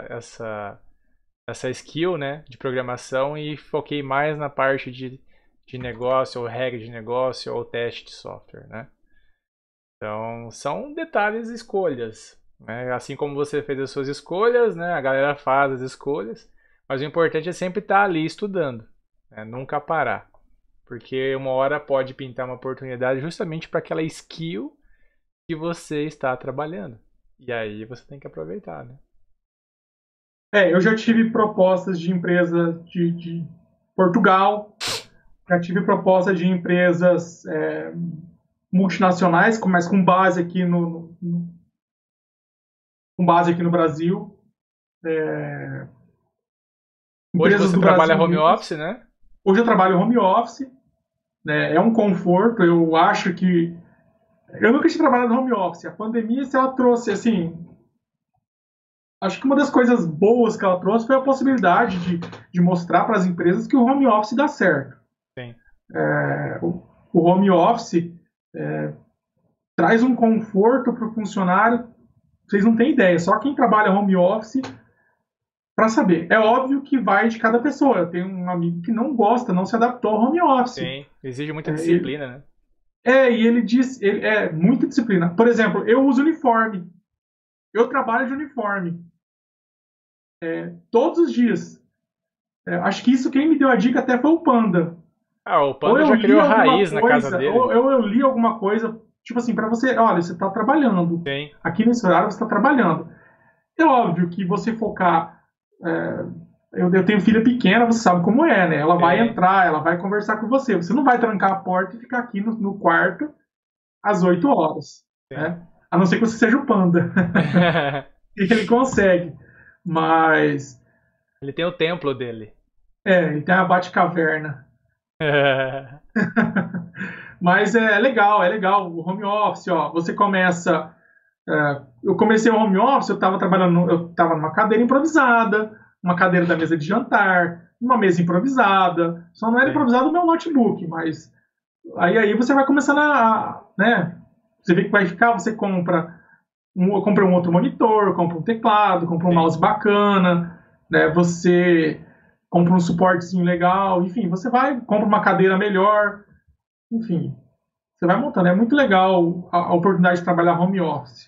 essa skill, né, de programação e foquei mais na parte de negócio, ou regra de negócio, ou teste de software, né? Então, são detalhes e escolhas, né? Assim como você fez as suas escolhas, né, a galera faz as escolhas, mas o importante é sempre estar ali estudando, né? Nunca parar, porque uma hora pode pintar uma oportunidade justamente para aquela skill que você está trabalhando. E aí você tem que aproveitar, né? eu já tive propostas de empresas de Portugal, já tive propostas de empresas multinacionais, mas com base aqui com base aqui no Brasil. Hoje Empresas você do trabalha Brasil home mesmo. office, né? Hoje eu trabalho home office, né? É um conforto. Eu acho que eu nunca tinha trabalhado home office. A pandemia, se ela trouxe, assim, acho que uma das coisas boas que ela trouxe foi a possibilidade de mostrar para as empresas que o home office dá certo. Sim. O home office traz um conforto para o funcionário. Vocês não têm ideia. Só quem trabalha home office para saber. É óbvio que vai de cada pessoa. Eu tenho um amigo que não gosta, não se adaptou ao home office. Sim, exige muita disciplina, né? E ele diz, muita disciplina. Por exemplo, eu uso uniforme. Eu trabalho de uniforme. Todos os dias. Acho que isso quem me deu a dica até foi o Panda. Ah, o Ou Panda eu já li criou alguma raiz na casa coisa, dele. ou eu li alguma coisa tipo assim, para você, olha, você está trabalhando. Sim. Aqui nesse horário você está trabalhando. É óbvio que você focar. Eu tenho filha pequena, você sabe como é, né? Ela vai entrar, ela vai conversar com você. Você não vai trancar a porta e ficar aqui no quarto às 8 horas. Né? A não ser que você seja o panda. E ele consegue. Mas. Ele tem o templo dele. Ele tem a Batcaverna. Mas é legal, é legal. O home office, ó, você começa. Eu comecei o home office, eu estava trabalhando, eu estava numa cadeira improvisada, uma cadeira da mesa de jantar, uma mesa improvisada. Só não era improvisado o meu notebook, mas aí você vai começando né? Você vê que vai ficar, você compra um outro monitor, compra um teclado, compra um mouse bacana, né? Você compra um suportezinho legal, enfim, você vai, compra uma cadeira melhor, enfim, você vai montando. É muito legal a oportunidade de trabalhar home office.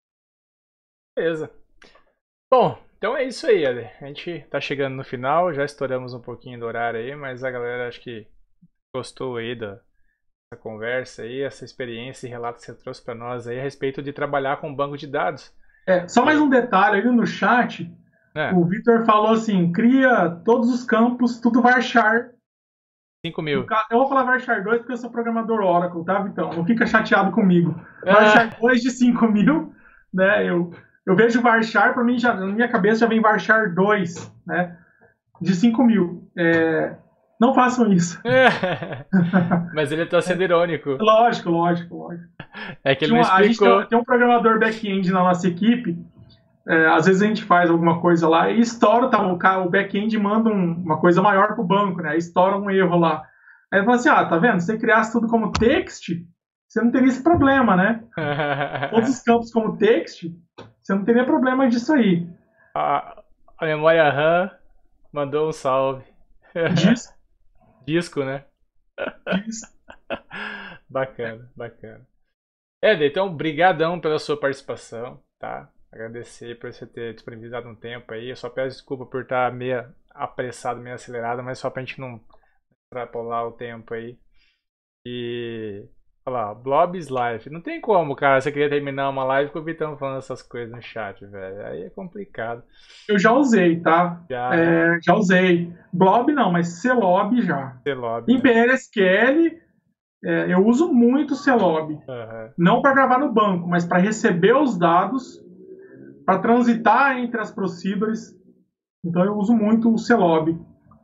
Beleza. Bom, então é isso aí, Eder. A gente tá chegando no final, já estouramos um pouquinho do horário aí, mas a galera acho que gostou aí dessa conversa aí, essa experiência e relato que você trouxe para nós aí a respeito de trabalhar com banco de dados. Só mais um detalhe ali no chat, o Vitor falou assim, cria todos os campos, tudo varchar. 5.000. Eu vou falar varchar 2 porque eu sou programador Oracle, tá, Vitão? Não fica chateado comigo. Varchar 2 de 5.000, né? Eu vejo varchar, para mim, na minha cabeça já vem varchar 2, né? De 5.000. Não façam isso. Mas ele tá sendo irônico. Lógico. É que ele não explicou. A gente tem um programador back-end na nossa equipe. Às vezes a gente faz alguma coisa lá e estoura, o back-end manda uma coisa maior pro banco, né? Estoura um erro lá. Aí fala assim, tá vendo? Se você criasse tudo como text, você não teria esse problema, né? Todos os campos como text, você não teria problema disso aí. A memória RAM mandou um salve. Disco, né? Disco. Bacana. Éder, então, brigadão pela sua participação, tá? Agradecer por você ter disponibilizado um tempo aí. Eu só peço desculpa por estar meio apressado, meio acelerado, mas só pra gente não extrapolar o tempo aí. E... olha lá, Blobs Live. Não tem como, cara, você queria terminar uma live com o Vitão falando essas coisas no chat, velho. Aí é complicado. Eu já usei, tá? Já usei. Blob não, mas Celob já. Celob. Em PLSQL, eu uso muito o Celob. Não para gravar no banco, mas para receber os dados, para transitar entre as procedures. Então eu uso muito o Celob.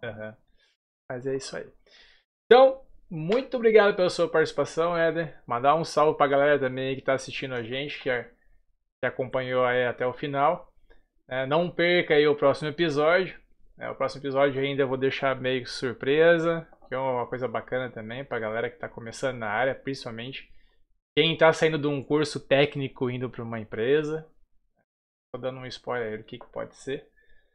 Mas é isso aí. Então, muito obrigado pela sua participação, Éder. Mandar um salve pra galera também que está assistindo a gente, que acompanhou aí até o final. Não perca aí o próximo episódio. O próximo episódio ainda eu vou deixar meio surpresa, que é uma coisa bacana também pra galera que está começando na área, principalmente quem está saindo de um curso técnico indo para uma empresa. Tô dando um spoiler aí do que pode ser.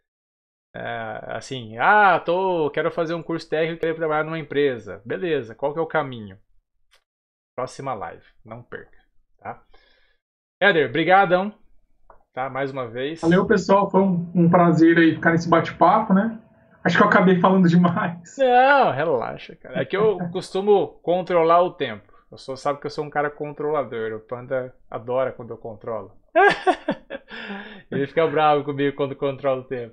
Assim, quero fazer um curso técnico e quero trabalhar numa empresa. Beleza, qual que é o caminho? Próxima live, não perca, tá? Éder, brigadão, tá? Mais uma vez. Valeu, pessoal, foi um prazer aí ficar nesse bate-papo, né? Acho que eu acabei falando demais. Não, relaxa, cara. É que eu costumo controlar o tempo. Você sabe que eu sou um cara controlador. O Panda adora quando eu controlo. Ele fica bravo comigo quando controla o tempo.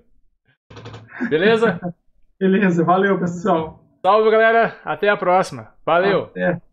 Beleza? Beleza, valeu, pessoal. Salve, galera. Até a próxima. Valeu. Até.